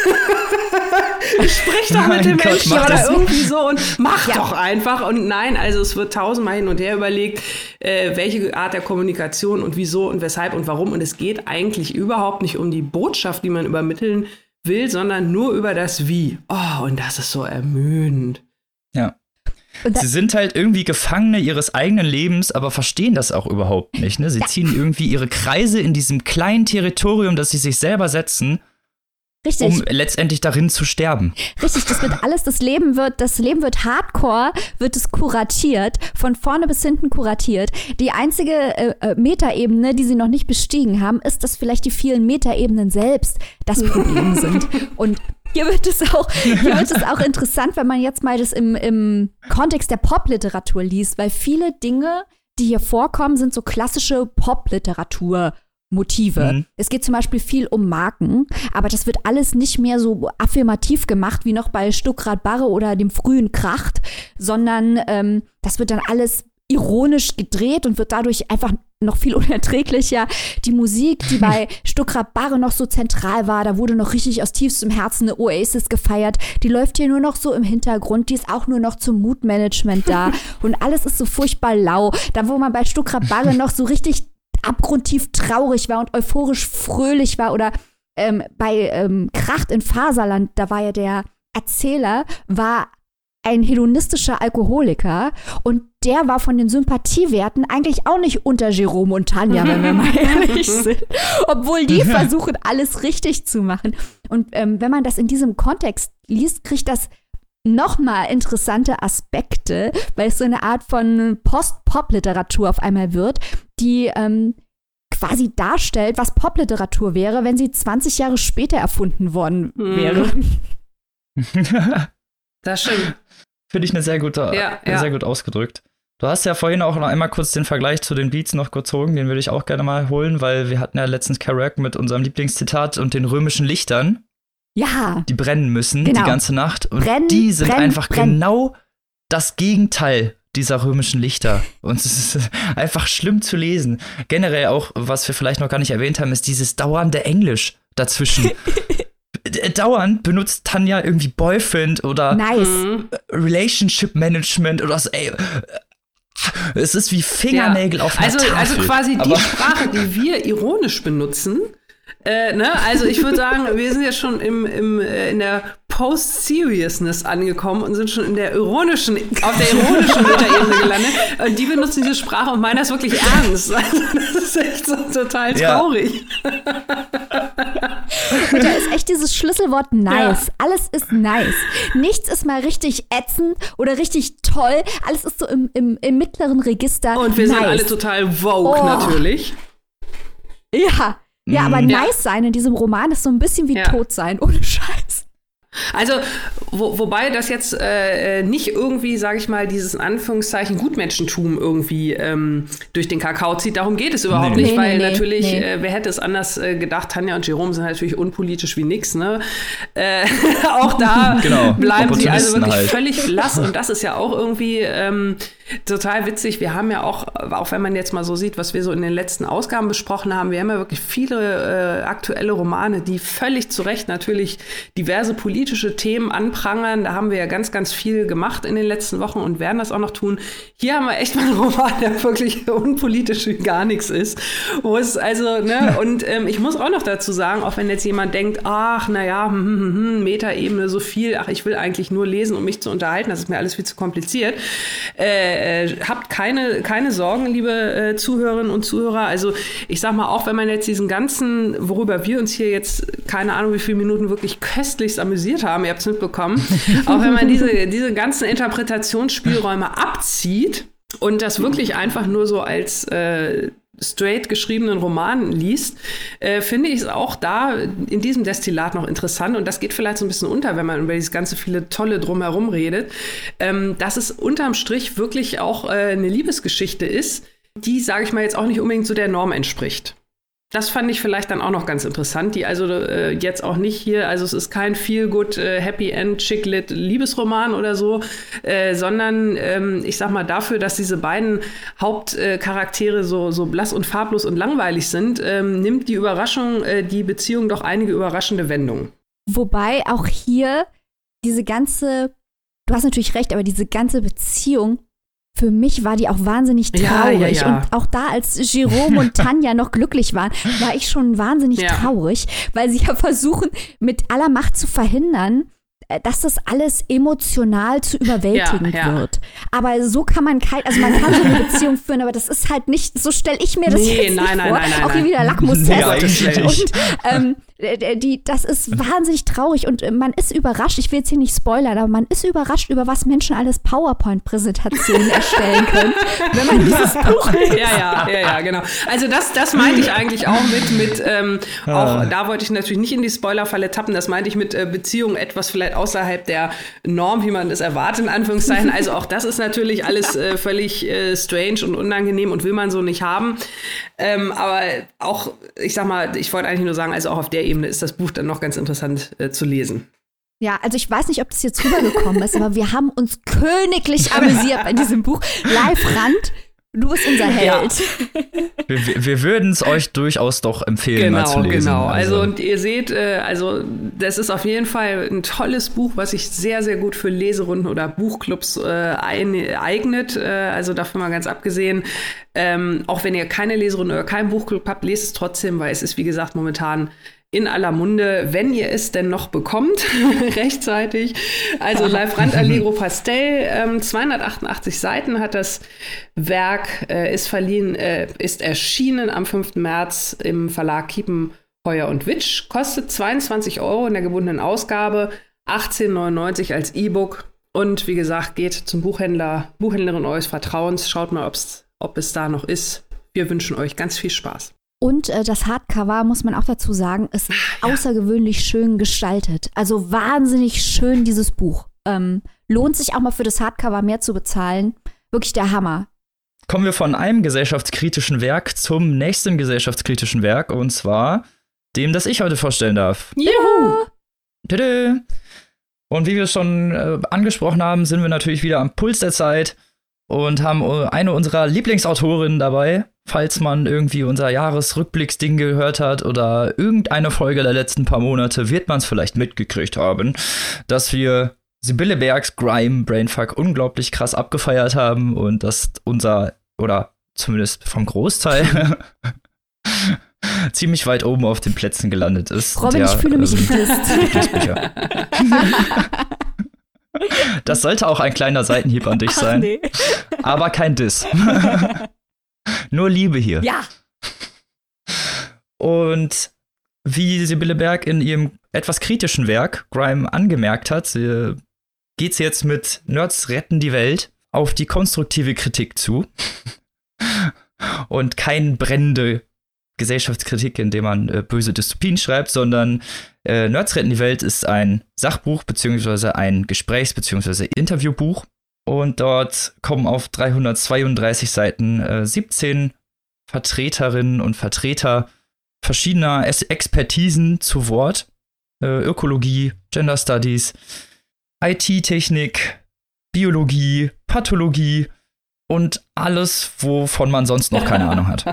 an. Sprich doch mit dem Menschen oder irgendwie so und mach ja. doch einfach. Und nein, also es wird tausendmal hin und her überlegt, äh, welche Art der Kommunikation und wieso und weshalb und warum. Und es geht eigentlich überhaupt nicht um die Botschaft, die man übermitteln will, sondern nur über das Wie. Oh, und das ist so ermüdend. Ja. Sie sind halt irgendwie Gefangene ihres eigenen Lebens, aber verstehen das auch überhaupt nicht. Ne? Sie ziehen irgendwie ihre Kreise in diesem kleinen Territorium, das sie sich selber setzen, Richtig. um letztendlich darin zu sterben. Richtig, das wird alles, das Leben wird, das Leben wird hardcore, wird es kuratiert, von vorne bis hinten kuratiert. Die einzige äh, Metaebene, die sie noch nicht bestiegen haben, ist, dass vielleicht die vielen Metaebenen selbst das Problem sind. Und Hier wird es auch, hier wird es auch interessant, wenn man jetzt mal das im, im Kontext der Popliteratur liest, weil viele Dinge, die hier vorkommen, sind so klassische Popliteratur-Motive. Mhm. Es geht zum Beispiel viel um Marken, aber das wird alles nicht mehr so affirmativ gemacht wie noch bei Stuckrad Barre oder dem frühen Kracht, sondern ähm, das wird dann alles ironisch gedreht und wird dadurch einfach noch viel unerträglicher. Die Musik, die bei Stuckrad-Barre noch so zentral war, da wurde noch richtig aus tiefstem Herzen eine Oasis gefeiert. Die läuft hier nur noch so im Hintergrund. Die ist auch nur noch zum Mood-Management da. Und alles ist so furchtbar lau. Da, wo man bei Stuckrad-Barre noch so richtig abgrundtief traurig war und euphorisch fröhlich war. Oder ähm, bei ähm, Kracht in Faserland, da war ja der Erzähler, war ein hedonistischer Alkoholiker und der war von den Sympathiewerten eigentlich auch nicht unter Jerome und Tanja, wenn wir mal ehrlich sind. Obwohl die versuchen, alles richtig zu machen. Und ähm, wenn man das in diesem Kontext liest, kriegt das nochmal interessante Aspekte, weil es so eine Art von Post-Pop-Literatur auf einmal wird, die ähm, quasi darstellt, was Popliteratur wäre, wenn sie zwanzig Jahre später erfunden worden wäre. Das stimmt. Finde ich eine sehr gute, ja, ja. sehr gut ausgedrückt. Du hast ja vorhin auch noch einmal kurz den Vergleich zu den Beats noch gezogen, den würde ich auch gerne mal holen, weil wir hatten ja letztens Kerouac mit unserem Lieblingszitat und den römischen Lichtern. Ja. Die brennen müssen genau. die ganze Nacht. Und brenn, die sind brenn, einfach brenn. genau das Gegenteil dieser römischen Lichter. Und es ist einfach schlimm zu lesen. Generell auch, was wir vielleicht noch gar nicht erwähnt haben, ist dieses dauernde Englisch dazwischen. Dauernd benutzt Tanja irgendwie Boyfriend oder nice. Relationship Management oder so. Ey, es ist wie Fingernägel ja. auf einer also, Tafel. Also quasi die Aber Sprache, die wir ironisch benutzen. Äh, ne? Also ich würde sagen, wir sind jetzt schon im, im, äh, in der Post-Seriousness angekommen und sind schon in der ironischen, auf der ironischen Metaebene gelandet. Und die benutzen diese Sprache und meinen das wirklich ernst. Also das ist echt so total traurig. Ja. Und da ist echt dieses Schlüsselwort nice. Ja. Alles ist nice. Nichts ist mal richtig ätzend oder richtig toll. Alles ist so im, im, im mittleren Register. Und wir nice. sind alle total Vogue, oh. natürlich. Ja. Ja, aber ja. nice sein in diesem Roman ist so ein bisschen wie ja. tot sein, ohne Scheiß. Also, wo, wobei das jetzt äh, nicht irgendwie, sage ich mal, dieses in Anführungszeichen Gutmenschentum irgendwie ähm, durch den Kakao zieht. Darum geht es überhaupt nee. nicht, nee, weil nee, natürlich, nee. Äh, wer hätte es anders äh, gedacht, Tanja und Jerome sind natürlich unpolitisch wie nix, ne? Äh, auch da genau. bleiben sie also wirklich halt. völlig blass und das ist ja auch irgendwie ähm, total witzig. Wir haben ja auch, auch wenn man jetzt mal so sieht, was wir so in den letzten Ausgaben besprochen haben, wir haben ja wirklich viele äh, aktuelle Romane, die völlig zu Recht natürlich diverse politische Themen anprangern. Da haben wir ja ganz, ganz viel gemacht in den letzten Wochen und werden das auch noch tun. Hier haben wir echt mal einen Roman, der wirklich unpolitisch wie gar nichts ist. Wo es also, ne, und ähm, ich muss auch noch dazu sagen, auch wenn jetzt jemand denkt, ach, naja, hm, hm, hm, Metaebene so viel, ach, ich will eigentlich nur lesen, um mich zu unterhalten, das ist mir alles viel zu kompliziert. Äh, Äh, habt keine, keine Sorgen, liebe äh, Zuhörerinnen und Zuhörer. Also ich sag mal, auch wenn man jetzt diesen ganzen, worüber wir uns hier jetzt, keine Ahnung wie viele Minuten wirklich köstlichst amüsiert haben, ihr habt es mitbekommen, auch wenn man diese, diese ganzen Interpretationsspielräume abzieht und das wirklich einfach nur so als äh, straight geschriebenen Roman liest, äh, finde ich es auch da in diesem Destillat noch interessant und das geht vielleicht so ein bisschen unter, wenn man über dieses ganze viele Tolle drumherum redet, ähm, dass es unterm Strich wirklich auch äh, eine Liebesgeschichte ist, die, sage ich mal, jetzt auch nicht unbedingt so der Norm entspricht. Das fand ich vielleicht dann auch noch ganz interessant, die also äh, jetzt auch nicht hier, also es ist kein Feel-Good, äh, Happy-End, Chick-Lit Liebesroman oder so, äh, sondern ähm, ich sag mal dafür, dass diese beiden Hauptcharaktere so, so blass und farblos und langweilig sind, ähm, nimmt die Überraschung, äh, die Beziehung doch einige überraschende Wendungen. Wobei auch hier diese ganze, du hast natürlich recht, aber diese ganze Beziehung, für mich war die auch wahnsinnig traurig. Ja, ja, ja. Und auch da, als Jerome und Tanja noch glücklich waren, war ich schon wahnsinnig ja. traurig, weil sie ja versuchen, mit aller Macht zu verhindern, dass das alles emotional zu überwältigend ja, ja. wird. Aber so kann man kein, also man kann so eine Beziehung führen, aber das ist halt nicht, so stelle ich mir das nee, jetzt nein, nicht nein, vor. Nein, nein, auch hier wieder Lackmustest. Nee, und ähm, die, das ist wahnsinnig traurig und man ist überrascht, ich will jetzt hier nicht spoilern, aber man ist überrascht, über was Menschen alles PowerPoint-Präsentationen erstellen können, wenn man dieses Buch liest. Ja, ja, ja, ja, genau. Also das, das meinte ich eigentlich auch mit, mit ähm, auch da wollte ich natürlich nicht in die Spoilerfalle tappen, das meinte ich mit äh, Beziehungen etwas vielleicht außerhalb der Norm, wie man es erwartet, in Anführungszeichen. Also auch das ist natürlich alles äh, völlig äh, strange und unangenehm und will man so nicht haben. Ähm, aber auch, ich sag mal, ich wollte eigentlich nur sagen, also auch auf der Ebene ist das Buch dann noch ganz interessant äh, zu lesen. Ja, also ich weiß nicht, ob das jetzt rübergekommen ist, aber wir haben uns königlich amüsiert bei diesem Buch. Live Rand Du bist unser Held. Ja. Wir, wir würden es euch durchaus doch empfehlen, genau, mal zu lesen. Genau, also, also und ihr seht, äh, also das ist auf jeden Fall ein tolles Buch, was sich sehr, sehr gut für Leserunden oder Buchclubs äh, ein, eignet. Äh, also davon mal ganz abgesehen. Ähm, auch wenn ihr keine Leserunde oder keinen Buchclub habt, lest es trotzdem, weil es ist, wie gesagt, momentan in aller Munde, wenn ihr es denn noch bekommt, rechtzeitig. Also Live Rand Allegro Pastel, ähm, zweihundertachtundachtzig Seiten hat das Werk, äh, ist verliehen, äh, ist erschienen am fünften März im Verlag Kiepen, Heuer und Witsch, kostet zweiundzwanzig Euro in der gebundenen Ausgabe, achtzehn neunundneunzig als E-Book und wie gesagt, geht zum Buchhändler, Buchhändlerin eures Vertrauens, schaut mal, ob's, ob es da noch ist. Wir wünschen euch ganz viel Spaß. Und äh, das Hardcover, muss man auch dazu sagen, ist ja. außergewöhnlich schön gestaltet. Also wahnsinnig schön, dieses Buch. Ähm, lohnt sich auch mal für das Hardcover mehr zu bezahlen. Wirklich der Hammer. Kommen wir von einem gesellschaftskritischen Werk zum nächsten gesellschaftskritischen Werk. Und zwar dem, das ich heute vorstellen darf. Juhu! Tadä. Und wie wir es schon äh, angesprochen haben, sind wir natürlich wieder am Puls der Zeit und haben eine unserer Lieblingsautorinnen dabei. Falls man irgendwie unser Jahresrückblicksding gehört hat oder irgendeine Folge der letzten paar Monate, wird man es vielleicht mitgekriegt haben, dass wir Sibylle Bergs Grime Brainfuck unglaublich krass abgefeiert haben und dass unser, oder zumindest vom Großteil, ziemlich weit oben auf den Plätzen gelandet ist. Robin, der, ich fühle mich gedisst. Das sollte auch ein kleiner Seitenhieb an dich sein, nee. aber kein Diss. Nur Liebe hier. Ja. Und wie Sibylle Berg in ihrem etwas kritischen Werk Grime angemerkt hat, geht sie jetzt mit Nerds retten die Welt auf die konstruktive Kritik zu. Und kein brennende Gesellschaftskritik, in dem man äh, böse Dystopien schreibt, sondern äh, Nerds retten die Welt ist ein Sachbuch beziehungsweise ein Gesprächs- beziehungsweise Interviewbuch. Und dort kommen auf dreihundertzweiunddreißig Seiten äh, siebzehn Vertreterinnen und Vertreter verschiedener Es- Expertisen zu Wort. Äh, Ökologie, Gender Studies, I T-Technik, Biologie, Pathologie und alles, wovon man sonst noch keine Ahnung hat.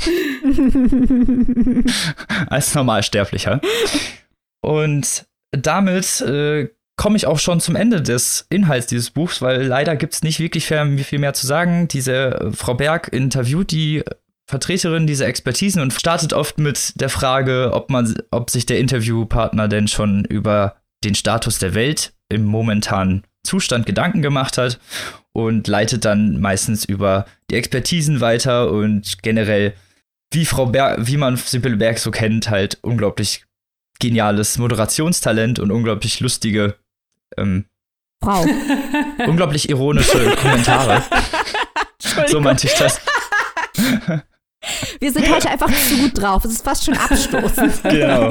Als Normalsterblicher. Und damit äh, komme ich auch schon zum Ende des Inhalts dieses Buchs, weil leider gibt es nicht wirklich viel, viel mehr zu sagen. Diese äh, Frau Berg interviewt die Vertreterin dieser Expertisen und startet oft mit der Frage, ob man, ob sich der Interviewpartner denn schon über den Status der Welt im momentanen Zustand Gedanken gemacht hat und leitet dann meistens über die Expertisen weiter und generell, wie Frau Berg, wie man Sibylle Berg so kennt, halt unglaublich geniales Moderationstalent und unglaublich lustige ähm, Frau. unglaublich ironische Kommentare. So meinte ich das. Wir sind heute einfach zu gut drauf. Es ist fast schon abstoßend. Genau.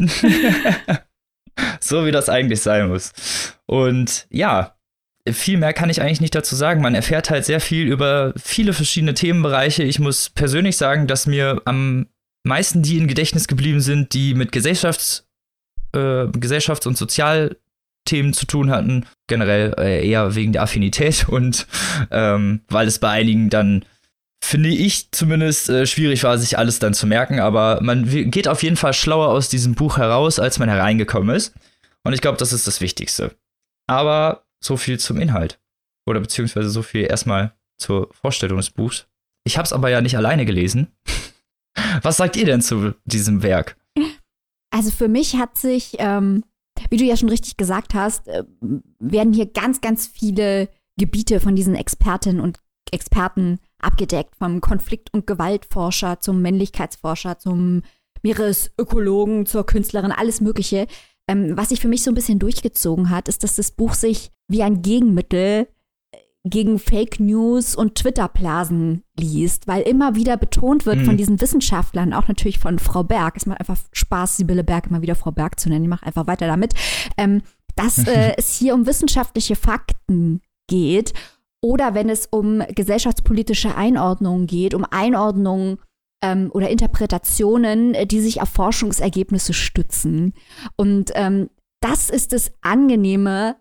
So wie das eigentlich sein muss. Und ja, viel mehr kann ich eigentlich nicht dazu sagen. Man erfährt halt sehr viel über viele verschiedene Themenbereiche. Ich muss persönlich sagen, dass mir am meisten die in Gedächtnis geblieben sind, die mit Gesellschafts-, äh, Gesellschafts- und Sozialthemen zu tun hatten. Generell äh, eher wegen der Affinität und ähm, weil es bei einigen dann, finde ich zumindest, äh, schwierig war, sich alles dann zu merken. Aber man geht auf jeden Fall schlauer aus diesem Buch heraus, als man hereingekommen ist. Und ich glaube, das ist das Wichtigste. Aber so viel zum Inhalt. Oder beziehungsweise so viel erstmal zur Vorstellung des Buchs. Ich habe es aber ja nicht alleine gelesen. Was sagt ihr denn zu diesem Werk? Also für mich hat sich, ähm, wie du ja schon richtig gesagt hast, äh, werden hier ganz, ganz viele Gebiete von diesen Expertinnen und Experten abgedeckt. Vom Konflikt- und Gewaltforscher zum Männlichkeitsforscher, zum Meeresökologen, zur Künstlerin, alles Mögliche. Ähm, was sich für mich so ein bisschen durchgezogen hat, ist, dass das Buch sich wie ein Gegenmittel gegen Fake News und Twitter-Blasen liest, weil immer wieder betont wird mhm. von diesen Wissenschaftlern, auch natürlich von Frau Berg, es macht einfach Spaß, Sibylle Berg immer wieder Frau Berg zu nennen, ich mache einfach weiter damit, ähm, dass äh, es hier um wissenschaftliche Fakten geht oder wenn es um gesellschaftspolitische Einordnungen geht, um Einordnungen ähm, oder Interpretationen, die sich auf Forschungsergebnisse stützen. Und ähm, das ist das Angenehme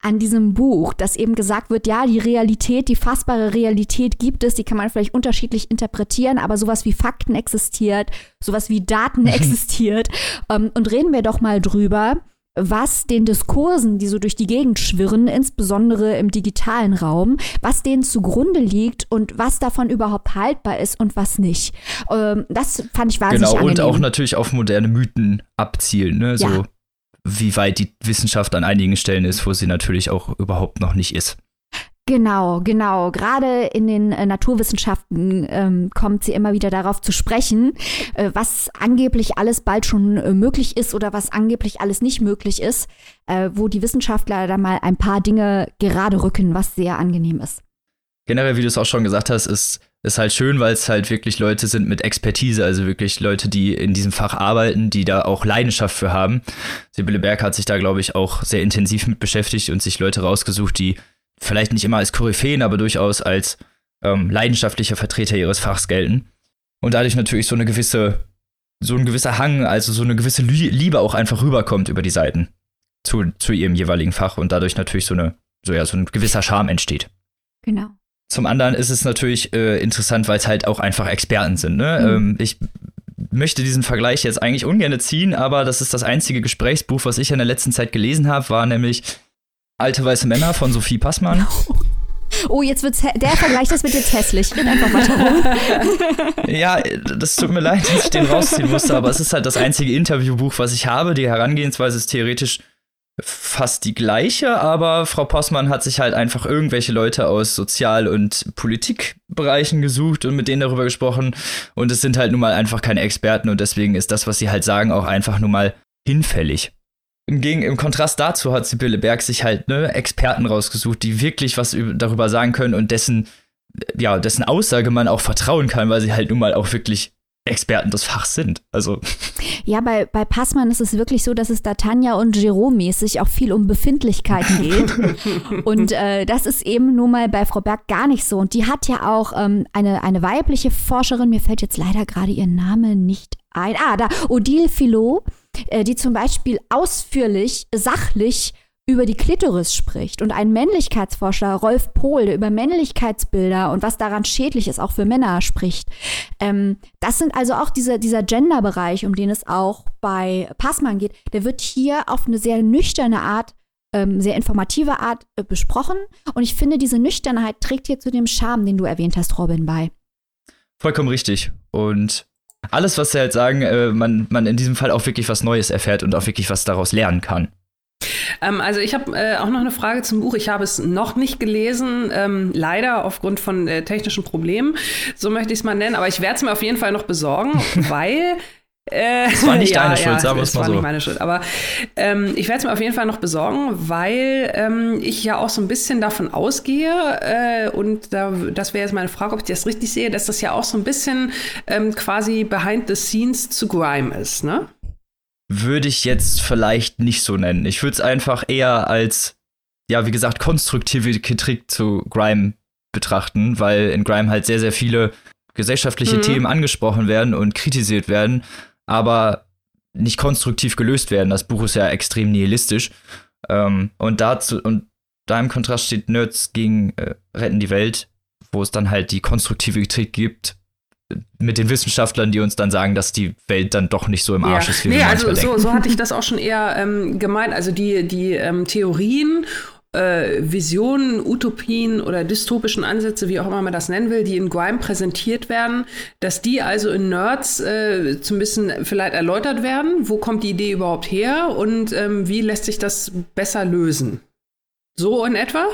an diesem Buch, dass eben gesagt wird, ja, die Realität, die fassbare Realität gibt es, die kann man vielleicht unterschiedlich interpretieren, aber sowas wie Fakten existiert, sowas wie Daten existiert. Ähm, und reden wir doch mal drüber, was den Diskursen, die so durch die Gegend schwirren, insbesondere im digitalen Raum, was denen zugrunde liegt und was davon überhaupt haltbar ist und was nicht. Ähm, das fand ich wahnsinnig Genau, angenehm. und auch natürlich auf moderne Mythen abzielen, ne? So. Ja. Wie weit die Wissenschaft an einigen Stellen ist, wo sie natürlich auch überhaupt noch nicht ist. Genau, genau. Gerade in den äh, Naturwissenschaften ähm, kommt sie immer wieder darauf zu sprechen, äh, was angeblich alles bald schon äh, möglich ist oder was angeblich alles nicht möglich ist, äh, wo die Wissenschaftler da mal ein paar Dinge gerade rücken, was sehr angenehm ist. Generell, wie du es auch schon gesagt hast, ist ist halt schön, weil es halt wirklich Leute sind mit Expertise, also wirklich Leute, die in diesem Fach arbeiten, die da auch Leidenschaft für haben. Sibylle Berg hat sich da, glaube ich, auch sehr intensiv mit beschäftigt und sich Leute rausgesucht, die vielleicht nicht immer als Koryphäen, aber durchaus als ähm, leidenschaftlicher Vertreter ihres Fachs gelten. Und dadurch natürlich so eine gewisse, so ein gewisser Hang, also so eine gewisse Liebe auch einfach rüberkommt über die Seiten zu, zu ihrem jeweiligen Fach und dadurch natürlich so eine, so ja, so ein gewisser Charme entsteht. Genau. Zum anderen ist es natürlich äh, interessant, weil es halt auch einfach Experten sind. Ne? Mhm. Ähm, ich möchte diesen Vergleich jetzt eigentlich ungern ziehen, aber das ist das einzige Gesprächsbuch, was ich in der letzten Zeit gelesen habe, war nämlich Alte weiße Männer von Sophie Passmann. Oh, jetzt wird's der Vergleich, das wird jetzt hässlich. Red einfach weiter. Ja, das tut mir leid, dass ich den rausziehen musste, aber es ist halt das einzige Interviewbuch, was ich habe. Die Herangehensweise ist theoretisch fast die gleiche, aber Frau Passmann hat sich halt einfach irgendwelche Leute aus Sozial- und Politikbereichen gesucht und mit denen darüber gesprochen und es sind halt nun mal einfach keine Experten und deswegen ist das, was sie halt sagen, auch einfach nun mal hinfällig. Im, Gegen- Im Kontrast dazu hat Sibylle Berg sich halt ne, Experten rausgesucht, die wirklich was über- darüber sagen können und dessen, ja, dessen Aussage man auch vertrauen kann, weil sie halt nun mal auch wirklich Experten des Fachs sind. Also. Ja, bei, bei Passmann ist es wirklich so, dass es da Tanja und Jerome-mäßig auch viel um Befindlichkeiten geht. Und äh, das ist eben nun mal bei Frau Berg gar nicht so. Und die hat ja auch ähm, eine, eine weibliche Forscherin, mir fällt jetzt leider gerade ihr Name nicht ein. Ah, da, Odile Filot, äh, die zum Beispiel ausführlich, sachlich über die Klitoris spricht und ein Männlichkeitsforscher, Rolf Pohl, der über Männlichkeitsbilder und was daran schädlich ist, auch für Männer spricht. Ähm, das sind also auch diese, dieser Gender-Bereich, um den es auch bei Passmann geht, der wird hier auf eine sehr nüchterne Art, ähm, sehr informative Art äh, besprochen und ich finde, diese Nüchternheit trägt hier zu dem Charme, den du erwähnt hast, Robin, bei. Vollkommen richtig und alles, was sie halt sagen, äh, man, man in diesem Fall auch wirklich was Neues erfährt und auch wirklich was daraus lernen kann. Ähm, also ich habe äh, auch noch eine Frage zum Buch. Ich habe es noch nicht gelesen, ähm, leider aufgrund von äh, technischen Problemen. So möchte ich es mal nennen. Aber ich werde es mir auf jeden Fall noch besorgen, weil Äh, das war nicht ja, deine Schuld, ja, sagen wir es mal so. Das war nicht meine Schuld, aber ähm, ich werde es mir auf jeden Fall noch besorgen, weil ähm, ich ja auch so ein bisschen davon ausgehe äh, und da, das wäre jetzt meine Frage, ob ich das richtig sehe, dass das ja auch so ein bisschen ähm, quasi behind the scenes zu Grime ist, ne? Würde ich jetzt vielleicht nicht so nennen. Ich würde es einfach eher als, ja, wie gesagt, konstruktive Kritik zu Grime betrachten, weil in Grime halt sehr, sehr viele gesellschaftliche mhm. Themen angesprochen werden und kritisiert werden, aber nicht konstruktiv gelöst werden. Das Buch ist ja extrem nihilistisch. Ähm, und dazu, und da im Kontrast steht Nerds gegen äh, Retten die Welt, wo es dann halt die konstruktive Kritik gibt mit den Wissenschaftlern, die uns dann sagen, dass die Welt dann doch nicht so im Arsch ja. ist, wie nee, wir also manchmal so, denken. so hatte ich das auch schon eher ähm, gemeint. Also die, die ähm, Theorien, äh, Visionen, Utopien oder dystopischen Ansätze, wie auch immer man das nennen will, die in Grime präsentiert werden, dass die also in Nerds äh, so ein bisschen vielleicht erläutert werden. Wo kommt die Idee überhaupt her und ähm, wie lässt sich das besser lösen? So in etwa?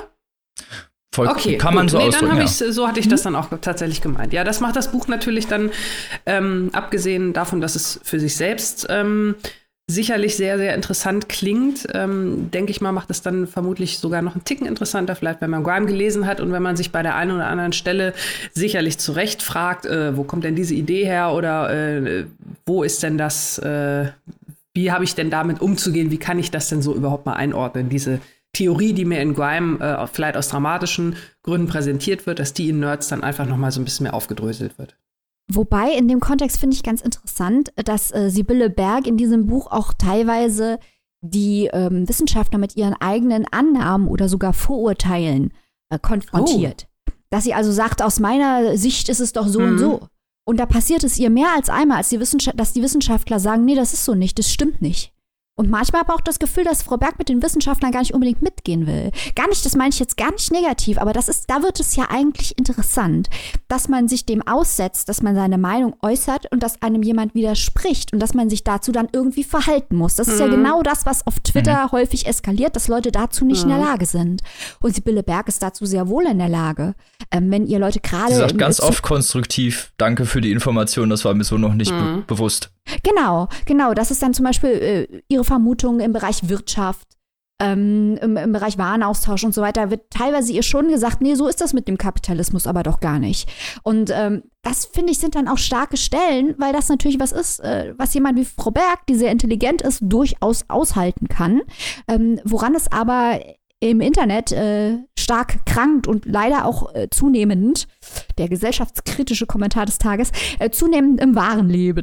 Voll, okay, kann man gut. so nee, ausdrücken, dann ja. ich, so hatte ich das dann auch tatsächlich gemeint. Ja, das macht das Buch natürlich dann, ähm, abgesehen davon, dass es für sich selbst ähm, sicherlich sehr, sehr interessant klingt, ähm, denke ich mal, macht es dann vermutlich sogar noch einen Ticken interessanter, vielleicht wenn man Grime gelesen hat und wenn man sich bei der einen oder anderen Stelle sicherlich zu Recht fragt, äh, wo kommt denn diese Idee her oder äh, wo ist denn das, äh, wie habe ich denn damit umzugehen, wie kann ich das denn so überhaupt mal einordnen, diese Theorie, die mir in Grime äh, vielleicht aus dramatischen Gründen präsentiert wird, dass die in Nerds dann einfach noch mal so ein bisschen mehr aufgedröselt wird. Wobei, in dem Kontext finde ich ganz interessant, dass äh, Sibylle Berg in diesem Buch auch teilweise die ähm, Wissenschaftler mit ihren eigenen Annahmen oder sogar Vorurteilen äh, konfrontiert. Oh. Dass sie also sagt, aus meiner Sicht ist es doch so mhm. und so. Und da passiert es ihr mehr als einmal, als die Wissenschaft- dass die Wissenschaftler sagen, nee, das ist so nicht, das stimmt nicht. Und manchmal habe ich auch das Gefühl, dass Frau Berg mit den Wissenschaftlern gar nicht unbedingt mitgehen will. Gar nicht, das meine ich jetzt gar nicht negativ, aber das ist, da wird es ja eigentlich interessant, dass man sich dem aussetzt, dass man seine Meinung äußert und dass einem jemand widerspricht und dass man sich dazu dann irgendwie verhalten muss. Das ist mhm. ja genau das, was auf Twitter mhm. häufig eskaliert, dass Leute dazu nicht mhm. in der Lage sind. Und Sibylle Berg ist dazu sehr wohl in der Lage. Ähm, wenn ihr Leute gerade... Sie sagt ganz oft konstruktiv, danke für die Information, das war mir so noch nicht mhm. be- bewusst. Genau, genau. Das ist dann zum Beispiel äh, ihre Vermutung im Bereich Wirtschaft, ähm, im, im Bereich Warenaustausch und so weiter. Wird teilweise ihr schon gesagt, nee, so ist das mit dem Kapitalismus aber doch gar nicht. Und ähm, das, finde ich, sind dann auch starke Stellen, weil das natürlich was ist, äh, was jemand wie Frau Berg, die sehr intelligent ist, durchaus aushalten kann. Ähm, woran es aber im Internet äh, stark krankt und leider auch äh, zunehmend, der gesellschaftskritische Kommentar des Tages, äh, zunehmend im wahren Leben.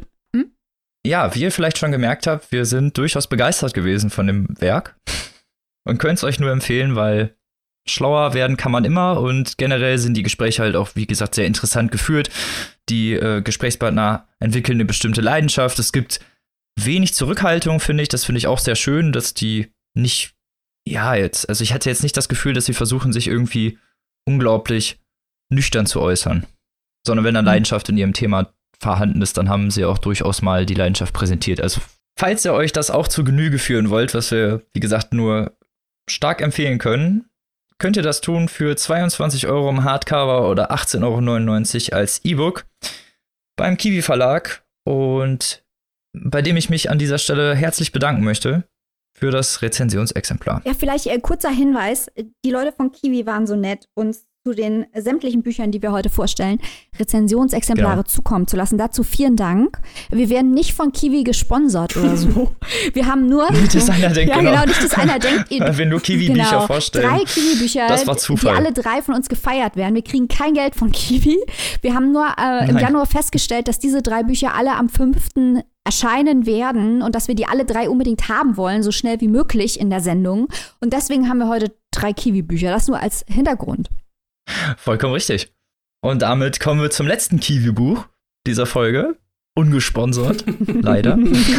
Ja, wie ihr vielleicht schon gemerkt habt, wir sind durchaus begeistert gewesen von dem Werk und können es euch nur empfehlen, weil schlauer werden kann man immer und generell sind die Gespräche halt auch, wie gesagt, sehr interessant geführt. Die äh, Gesprächspartner entwickeln eine bestimmte Leidenschaft. Es gibt wenig Zurückhaltung, finde ich. Das finde ich auch sehr schön, dass die nicht, ja, jetzt, also ich hatte jetzt nicht das Gefühl, dass sie versuchen, sich irgendwie unglaublich nüchtern zu äußern, sondern wenn dann Leidenschaft in ihrem Thema vorhanden ist, dann haben sie auch durchaus mal die Leidenschaft präsentiert. Also falls ihr euch das auch zu Genüge führen wollt, was wir, wie gesagt, nur stark empfehlen können, könnt ihr das tun für zweiundzwanzig Euro im Hardcover oder achtzehn Euro neunundneunzig als E-Book beim Kiwi Verlag und bei dem ich mich an dieser Stelle herzlich bedanken möchte für das Rezensionsexemplar. Ja, vielleicht ein kurzer Hinweis. Die Leute von Kiwi waren so nett, uns zu den sämtlichen Büchern, die wir heute vorstellen, Rezensionsexemplare genau. zukommen zu lassen. Dazu vielen Dank. Wir werden nicht von Kiwi gesponsert oder so. Wir haben nur... Nicht, dass einer denkt, ja, genau. Nicht, dass einer denkt... Wenn du Kiwi-Bücher genau, vorstellen. Drei Kiwi-Bücher, das war Zufall. Die alle drei von uns gefeiert werden. Wir kriegen kein Geld von Kiwi. Wir haben nur äh, im Nein. Januar festgestellt, dass diese drei Bücher alle am fünften erscheinen werden und dass wir die alle drei unbedingt haben wollen, so schnell wie möglich in der Sendung. Und deswegen haben wir heute drei Kiwi-Bücher. Das nur als Hintergrund. Vollkommen richtig. Und damit kommen wir zum letzten Kiwi-Buch dieser Folge. Ungesponsert, leider.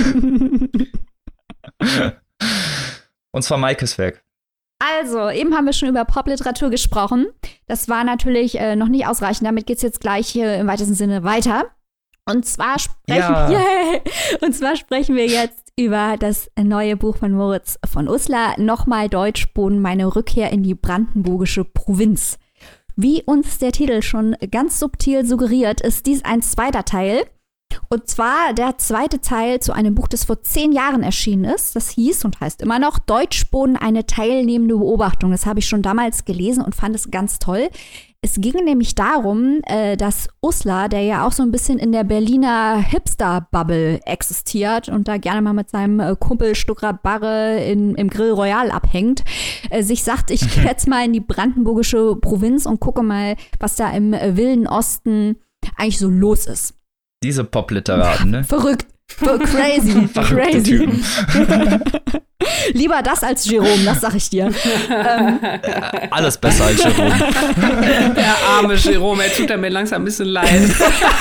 Und zwar Maikes Werk. Also, eben haben wir schon über Popliteratur gesprochen. Das war natürlich äh, noch nicht ausreichend. Damit geht es jetzt gleich äh, im weitesten Sinne weiter. Und zwar sprechen ja. yeah, und zwar sprechen wir jetzt über das neue Buch von Moritz von Uslar, nochmal Deutschboden, meine Rückkehr in die brandenburgische Provinz. Wie uns der Titel schon ganz subtil suggeriert, ist dies ein zweiter Teil. Und zwar der zweite Teil zu einem Buch, das vor zehn Jahren erschienen ist. Das hieß und heißt immer noch Deutschboden, eine teilnehmende Beobachtung. Das habe ich schon damals gelesen und fand es ganz toll. Es ging nämlich darum, äh, dass Uslar, der ja auch so ein bisschen in der Berliner Hipster-Bubble existiert und da gerne mal mit seinem äh, Kumpel Stuckrad Barre in, im Grill Royal abhängt, äh, sich sagt, ich gehe jetzt mal in die brandenburgische Provinz und gucke mal, was da im äh, Wilden Osten eigentlich so los ist. Diese Popliteraten, ne? Verrückt. Crazy. Verrückte Crazy. Typen. Lieber das als Jerome, das sag ich dir. ähm. Alles besser als Jerome. Der arme Jerome, er tut mir langsam ein bisschen leid.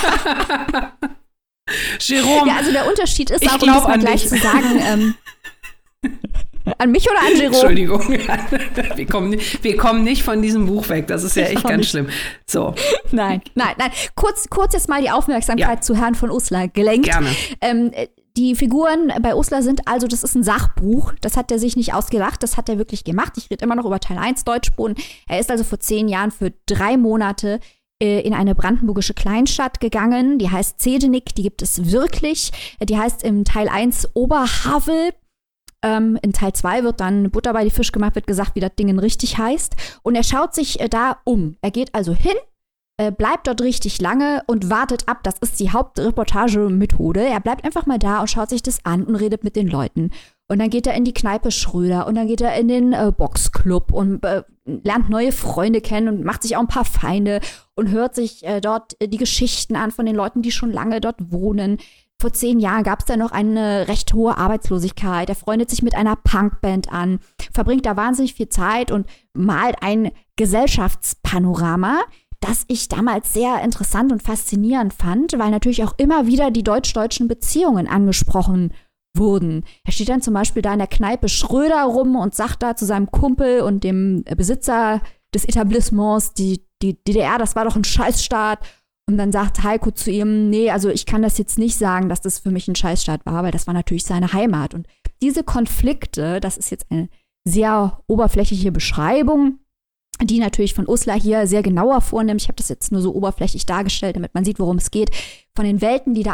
Jerome. Ja, also der Unterschied ist ich auch, um das mal gleich dich. zu sagen, ähm, an mich oder an Jerome? Entschuldigung. Wir kommen, nicht, wir kommen nicht von diesem Buch weg. Das ist ja echt ganz nicht. schlimm. So. Nein, nein, nein. Kurz, kurz jetzt mal die Aufmerksamkeit ja. zu Herrn von Uslar gelenkt. Gerne. Ähm, die Figuren bei Uslar sind also, das ist ein Sachbuch. Das hat er sich nicht ausgedacht. Das hat er wirklich gemacht. Ich rede immer noch über Teil eins Deutschboden. Er ist also vor zehn Jahren für drei Monate äh, in eine brandenburgische Kleinstadt gegangen. Die heißt Zedenick. Die gibt es wirklich. Die heißt im Teil eins Oberhavel. Ähm, in Teil zwei wird dann Butter bei die Fisch gemacht, wird gesagt, wie das Ding richtig heißt. Und er schaut sich äh, da um. Er geht also hin, äh, bleibt dort richtig lange und wartet ab. Das ist die Hauptreportagemethode. Er bleibt einfach mal da und schaut sich das an und redet mit den Leuten. Und dann geht er in die Kneipe Schröder und dann geht er in den äh, Boxclub und äh, lernt neue Freunde kennen und macht sich auch ein paar Feinde und hört sich äh, dort äh, die Geschichten an von den Leuten, die schon lange dort wohnen. vor zehn Jahren gab es da noch eine recht hohe Arbeitslosigkeit. Er freundet sich mit einer Punkband an, verbringt da wahnsinnig viel Zeit und malt ein Gesellschaftspanorama, das ich damals sehr interessant und faszinierend fand, weil natürlich auch immer wieder die deutsch-deutschen Beziehungen angesprochen wurden. Er steht dann zum Beispiel da in der Kneipe Schröder rum und sagt da zu seinem Kumpel und dem Besitzer des Etablissements, die, die D D R, das war doch ein Scheißstaat. Und dann sagt Heiko zu ihm, nee, also ich kann das jetzt nicht sagen, dass das für mich ein Scheißstaat war, weil das war natürlich seine Heimat. Und diese Konflikte, das ist jetzt eine sehr oberflächliche Beschreibung, die natürlich von Uslar hier sehr genauer vornimmt. Ich habe das jetzt nur so oberflächlich dargestellt, damit man sieht, worum es geht. Von den Welten, die da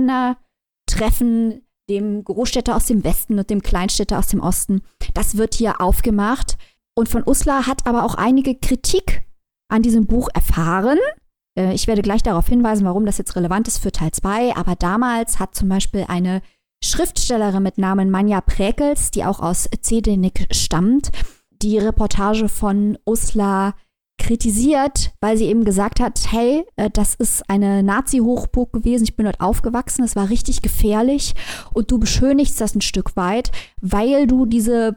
aufeinandertreffen, dem Großstädter aus dem Westen und dem Kleinstädter aus dem Osten, das wird hier aufgemacht. Und von Uslar hat aber auch einige Kritik an diesem Buch erfahren. Ich werde gleich darauf hinweisen, warum das jetzt relevant ist für Teil zwei. Aber damals hat zum Beispiel eine Schriftstellerin mit Namen Manja Präkels, die auch aus Zedenik stammt, die Reportage von Uslar kritisiert, weil sie eben gesagt hat, hey, das ist eine Nazi-Hochburg gewesen, ich bin dort aufgewachsen, es war richtig gefährlich und du beschönigst das ein Stück weit, weil du diese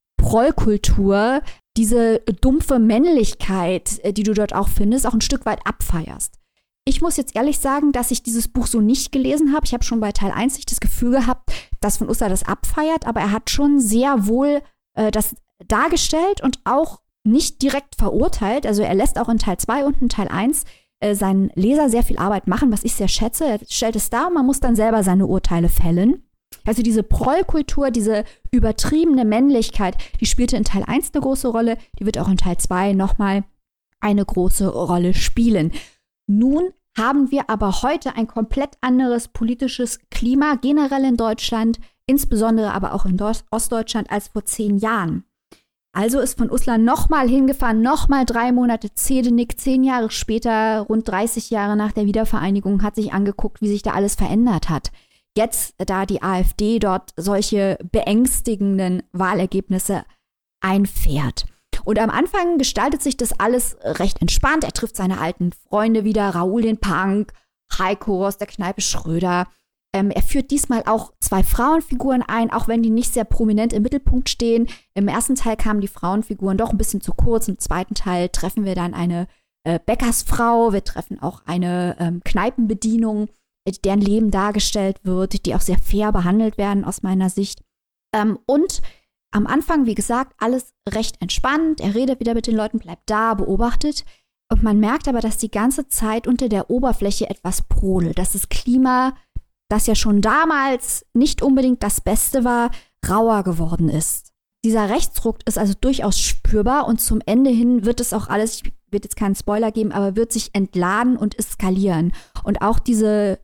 Prollkultur, diese dumpfe Männlichkeit, die du dort auch findest, auch ein Stück weit abfeierst. Ich muss jetzt ehrlich sagen, dass ich dieses Buch so nicht gelesen habe. Ich habe schon bei Teil eins nicht das Gefühl gehabt, dass von Uslar das abfeiert, aber er hat schon sehr wohl äh, das dargestellt und auch nicht direkt verurteilt. Also er lässt auch in Teil zwei und in Teil eins äh, seinen Leser sehr viel Arbeit machen, was ich sehr schätze. Er stellt es dar und man muss dann selber seine Urteile fällen. Also diese Prollkultur, diese übertriebene Männlichkeit, die spielte in Teil eins eine große Rolle, die wird auch in Teil zwei nochmal eine große Rolle spielen. Nun haben wir aber heute ein komplett anderes politisches Klima, generell in Deutschland, insbesondere aber auch in Ostdeutschland, als vor zehn Jahren. Also ist von Uslar nochmal hingefahren, nochmal drei Monate Zedenik, zehn Jahre später, rund dreißig Jahre nach der Wiedervereinigung, hat sich angeguckt, wie sich da alles verändert hat. Jetzt, da die AfD dort solche beängstigenden Wahlergebnisse einfährt. Und am Anfang gestaltet sich das alles recht entspannt. Er trifft seine alten Freunde wieder, Raoul den Punk, Heiko aus der Kneipe Schröder. Ähm, er führt diesmal auch zwei Frauenfiguren ein, auch wenn die nicht sehr prominent im Mittelpunkt stehen. Im ersten Teil kamen die Frauenfiguren doch ein bisschen zu kurz. Im zweiten Teil treffen wir dann eine äh, Bäckersfrau. Wir treffen auch eine ähm, Kneipenbedienung, deren Leben dargestellt wird, die auch sehr fair behandelt werden aus meiner Sicht. Ähm, und am Anfang, wie gesagt, alles recht entspannt. Er redet wieder mit den Leuten, bleibt da, beobachtet. Und man merkt aber, dass die ganze Zeit unter der Oberfläche etwas brodelt. Dass das Klima, das ja schon damals nicht unbedingt das Beste war, rauer geworden ist. Dieser Rechtsruck ist also durchaus spürbar und zum Ende hin wird es auch alles, ich will jetzt keinen Spoiler geben, aber wird sich entladen und eskalieren. Und auch diese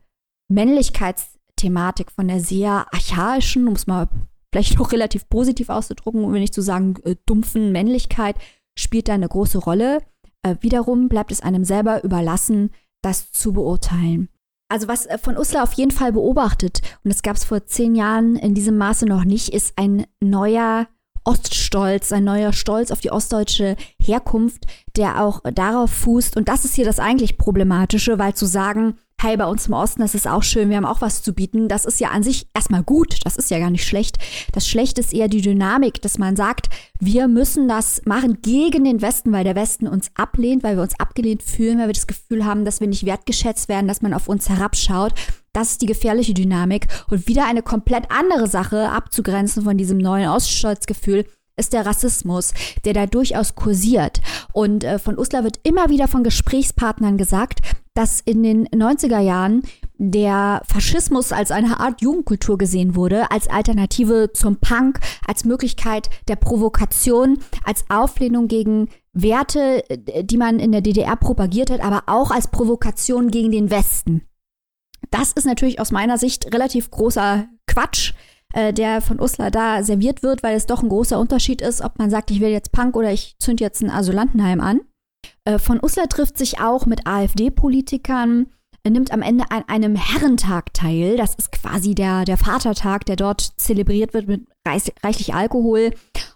Männlichkeitsthematik von der sehr archaischen, um es mal vielleicht auch relativ positiv auszudrücken, um nicht zu sagen äh, dumpfen Männlichkeit, spielt da eine große Rolle. Äh, wiederum bleibt es einem selber überlassen, das zu beurteilen. Also was äh, von Uslar auf jeden Fall beobachtet, und das gab es vor zehn Jahren in diesem Maße noch nicht, ist ein neuer Oststolz, ein neuer Stolz auf die ostdeutsche Herkunft, der auch darauf fußt, und das ist hier das eigentlich Problematische, weil zu sagen, hey, bei uns im Osten, das ist auch schön, wir haben auch was zu bieten, das ist ja an sich erstmal gut, das ist ja gar nicht schlecht. Das Schlechte ist eher die Dynamik, dass man sagt, wir müssen das machen gegen den Westen, weil der Westen uns ablehnt, weil wir uns abgelehnt fühlen, weil wir das Gefühl haben, dass wir nicht wertgeschätzt werden, dass man auf uns herabschaut. Das ist die gefährliche Dynamik. Und wieder eine komplett andere Sache abzugrenzen von diesem neuen Oststolzgefühl ist der Rassismus, der da durchaus kursiert. Und äh, von Uslar wird immer wieder von Gesprächspartnern gesagt, dass in den neunziger Jahren der Faschismus als eine Art Jugendkultur gesehen wurde, als Alternative zum Punk, als Möglichkeit der Provokation, als Auflehnung gegen Werte, die man in der D D R propagiert hat, aber auch als Provokation gegen den Westen. Das ist natürlich aus meiner Sicht relativ großer Quatsch, äh, der von Uslar da serviert wird, weil es doch ein großer Unterschied ist, ob man sagt, ich will jetzt Punk oder ich zünd jetzt ein Asylantenheim an. Äh, von Uslar trifft sich auch mit AfD-Politikern, er nimmt am Ende an einem Herrentag teil. Das ist quasi der, der Vatertag, der dort zelebriert wird mit reich, reichlich Alkohol.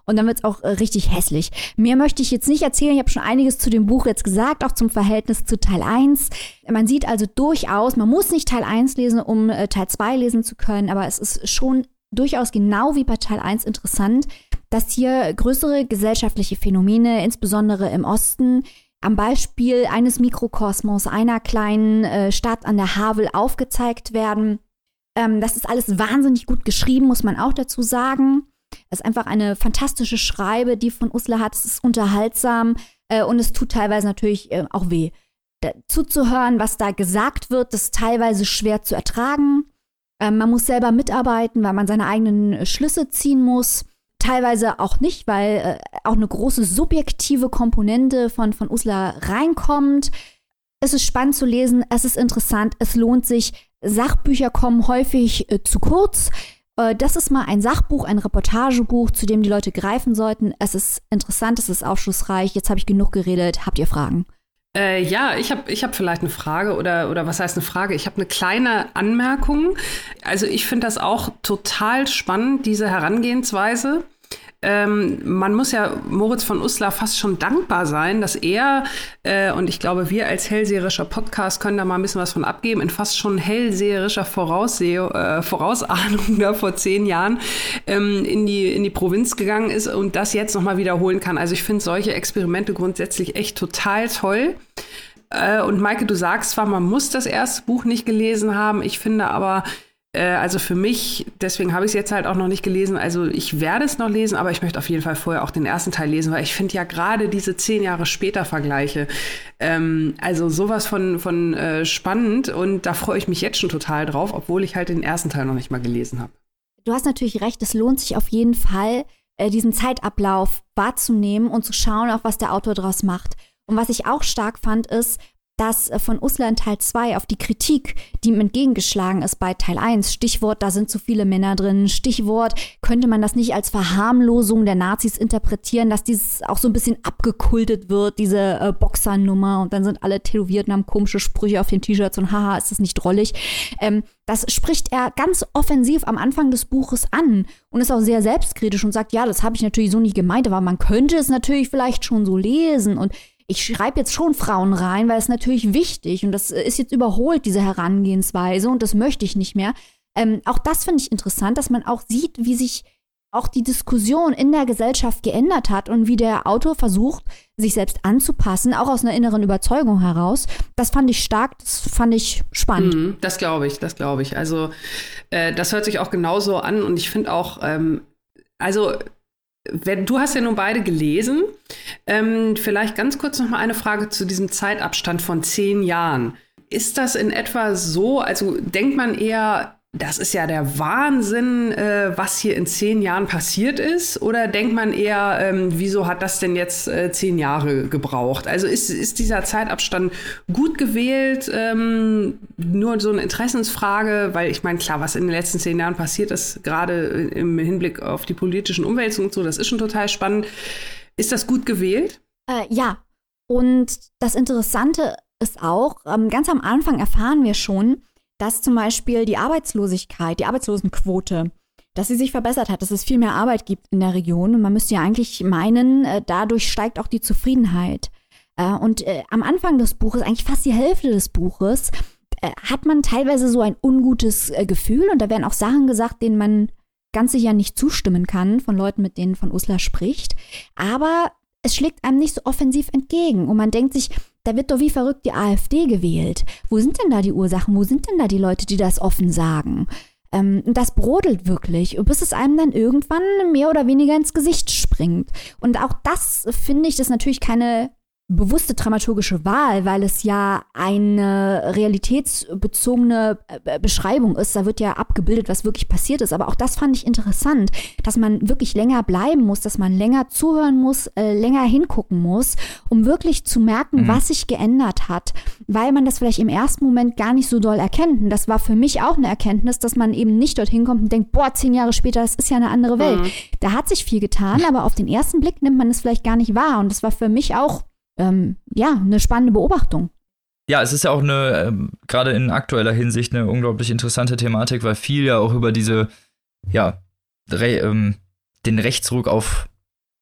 und dann wird es auch äh, richtig hässlich. Mehr möchte ich jetzt nicht erzählen, ich habe schon einiges zu dem Buch jetzt gesagt, auch zum Verhältnis zu Teil eins. Man sieht also durchaus, man muss nicht Teil eins lesen, um äh, Teil zwei lesen zu können, aber es ist schon durchaus genau wie bei Teil eins interessant, dass hier größere gesellschaftliche Phänomene, insbesondere im Osten, am Beispiel eines Mikrokosmos, einer kleinen äh, Stadt an der Havel aufgezeigt werden. Ähm, das ist alles wahnsinnig gut geschrieben, muss man auch dazu sagen. Es ist einfach eine fantastische Schreibe, die von Uslar hat. Es ist unterhaltsam äh, und es tut teilweise natürlich äh, auch weh. Da, zuzuhören, was da gesagt wird, ist teilweise schwer zu ertragen. Ähm, man muss selber mitarbeiten, weil man seine eigenen äh, Schlüsse ziehen muss. Teilweise auch nicht, weil äh, auch eine große subjektive Komponente von, von Uslar reinkommt. Es ist spannend zu lesen, es ist interessant, es lohnt sich. Sachbücher kommen häufig äh, zu kurz. Äh, das ist mal ein Sachbuch, ein Reportagebuch, zu dem die Leute greifen sollten. Es ist interessant, es ist aufschlussreich. Jetzt habe ich genug geredet. Habt ihr Fragen? Äh, ja, ich habe ich hab vielleicht eine Frage oder, oder was heißt eine Frage? Ich habe eine kleine Anmerkung. Also ich finde das auch total spannend, diese Herangehensweise. Ähm, man muss ja Moritz von Uslar fast schon dankbar sein, dass er, äh, und ich glaube, wir als hellseherischer Podcast können da mal ein bisschen was von abgeben, in fast schon hellseherischer Vorausseh- äh, Vorausahnung da vor zehn Jahren ähm, in die, in die Provinz gegangen ist und das jetzt nochmal wiederholen kann. Also ich finde solche Experimente grundsätzlich echt total toll. Äh, und Maike, du sagst zwar, man muss das erste Buch nicht gelesen haben, ich finde aber, also für mich, deswegen habe ich es jetzt halt auch noch nicht gelesen, also ich werde es noch lesen, aber ich möchte auf jeden Fall vorher auch den ersten Teil lesen, weil ich finde ja gerade diese zehn Jahre später Vergleiche, ähm, also sowas von, von äh, spannend und da freue ich mich jetzt schon total drauf, obwohl ich halt den ersten Teil noch nicht mal gelesen habe. Du hast natürlich recht, es lohnt sich auf jeden Fall, äh, diesen Zeitablauf wahrzunehmen und zu schauen, auch was der Autor daraus macht. Und was ich auch stark fand, ist, dass von Uslar in Teil zwei auf die Kritik, die ihm entgegengeschlagen ist bei Teil eins, Stichwort, da sind zu viele Männer drin, Stichwort, könnte man das nicht als Verharmlosung der Nazis interpretieren, dass dieses auch so ein bisschen abgekultet wird, diese äh, Boxernummer und dann sind alle tätowiert und haben komische Sprüche auf den T-Shirts und haha, ist das nicht drollig. Ähm, das spricht er ganz offensiv am Anfang des Buches an und ist auch sehr selbstkritisch und sagt, ja, das habe ich natürlich so nicht gemeint, aber man könnte es natürlich vielleicht schon so lesen und ich schreibe jetzt schon Frauen rein, weil es natürlich wichtig und das ist jetzt überholt, diese Herangehensweise und das möchte ich nicht mehr. Ähm, auch das finde ich interessant, dass man auch sieht, wie sich auch die Diskussion in der Gesellschaft geändert hat und wie der Autor versucht, sich selbst anzupassen, auch aus einer inneren Überzeugung heraus. Das fand ich stark, das fand ich spannend. Mm, das glaube ich, das glaube ich. Also äh, das hört sich auch genauso an und ich finde auch, ähm, also Wenn, du hast ja nun beide gelesen. Ähm, vielleicht ganz kurz noch mal eine Frage zu diesem Zeitabstand von zehn Jahren. Ist das in etwa so, also denkt man eher, das ist ja der Wahnsinn, äh, was hier in zehn Jahren passiert ist? Oder denkt man eher, ähm, wieso hat das denn jetzt äh, zehn Jahre gebraucht? Also ist, ist dieser Zeitabstand gut gewählt? Ähm, nur so eine Interessensfrage, weil ich meine, klar, was in den letzten zehn Jahren passiert ist, gerade im Hinblick auf die politischen Umwälzungen und so, das ist schon total spannend. Ist das gut gewählt? Äh, ja, und das Interessante ist auch, ähm, ganz am Anfang erfahren wir schon, dass zum Beispiel die Arbeitslosigkeit, die Arbeitslosenquote, dass sie sich verbessert hat, dass es viel mehr Arbeit gibt in der Region. Und man müsste ja eigentlich meinen, äh, dadurch steigt auch die Zufriedenheit. Äh, und äh, am Anfang des Buches, eigentlich fast die Hälfte des Buches, äh, hat man teilweise so ein ungutes äh, Gefühl. Und da werden auch Sachen gesagt, denen man ganz sicher nicht zustimmen kann, von Leuten, mit denen von Uslar spricht. Aber es schlägt einem nicht so offensiv entgegen. Und man denkt sich, da wird doch wie verrückt die AfD gewählt. Wo sind denn da die Ursachen? Wo sind denn da die Leute, die das offen sagen? Ähm, das brodelt wirklich, bis es einem dann irgendwann mehr oder weniger ins Gesicht springt. Und auch das, finde ich, das ist natürlich keine bewusste dramaturgische Wahl, weil es ja eine realitätsbezogene Beschreibung ist. Da wird ja abgebildet, was wirklich passiert ist. Aber auch das fand ich interessant, dass man wirklich länger bleiben muss, dass man länger zuhören muss, äh, länger hingucken muss, um wirklich zu merken, mhm. was sich geändert hat. Weil man das vielleicht im ersten Moment gar nicht so doll erkennt. Und das war für mich auch eine Erkenntnis, dass man eben nicht dorthin kommt und denkt, boah, zehn Jahre später, das ist ja eine andere Welt. Mhm. Da hat sich viel getan, aber auf den ersten Blick nimmt man es vielleicht gar nicht wahr. Und das war für mich auch Ähm, ja, eine spannende Beobachtung. Ja, es ist ja auch eine, ähm, gerade in aktueller Hinsicht, eine unglaublich interessante Thematik, weil viel ja auch über diese, ja, re, ähm, den Rechtsruck auf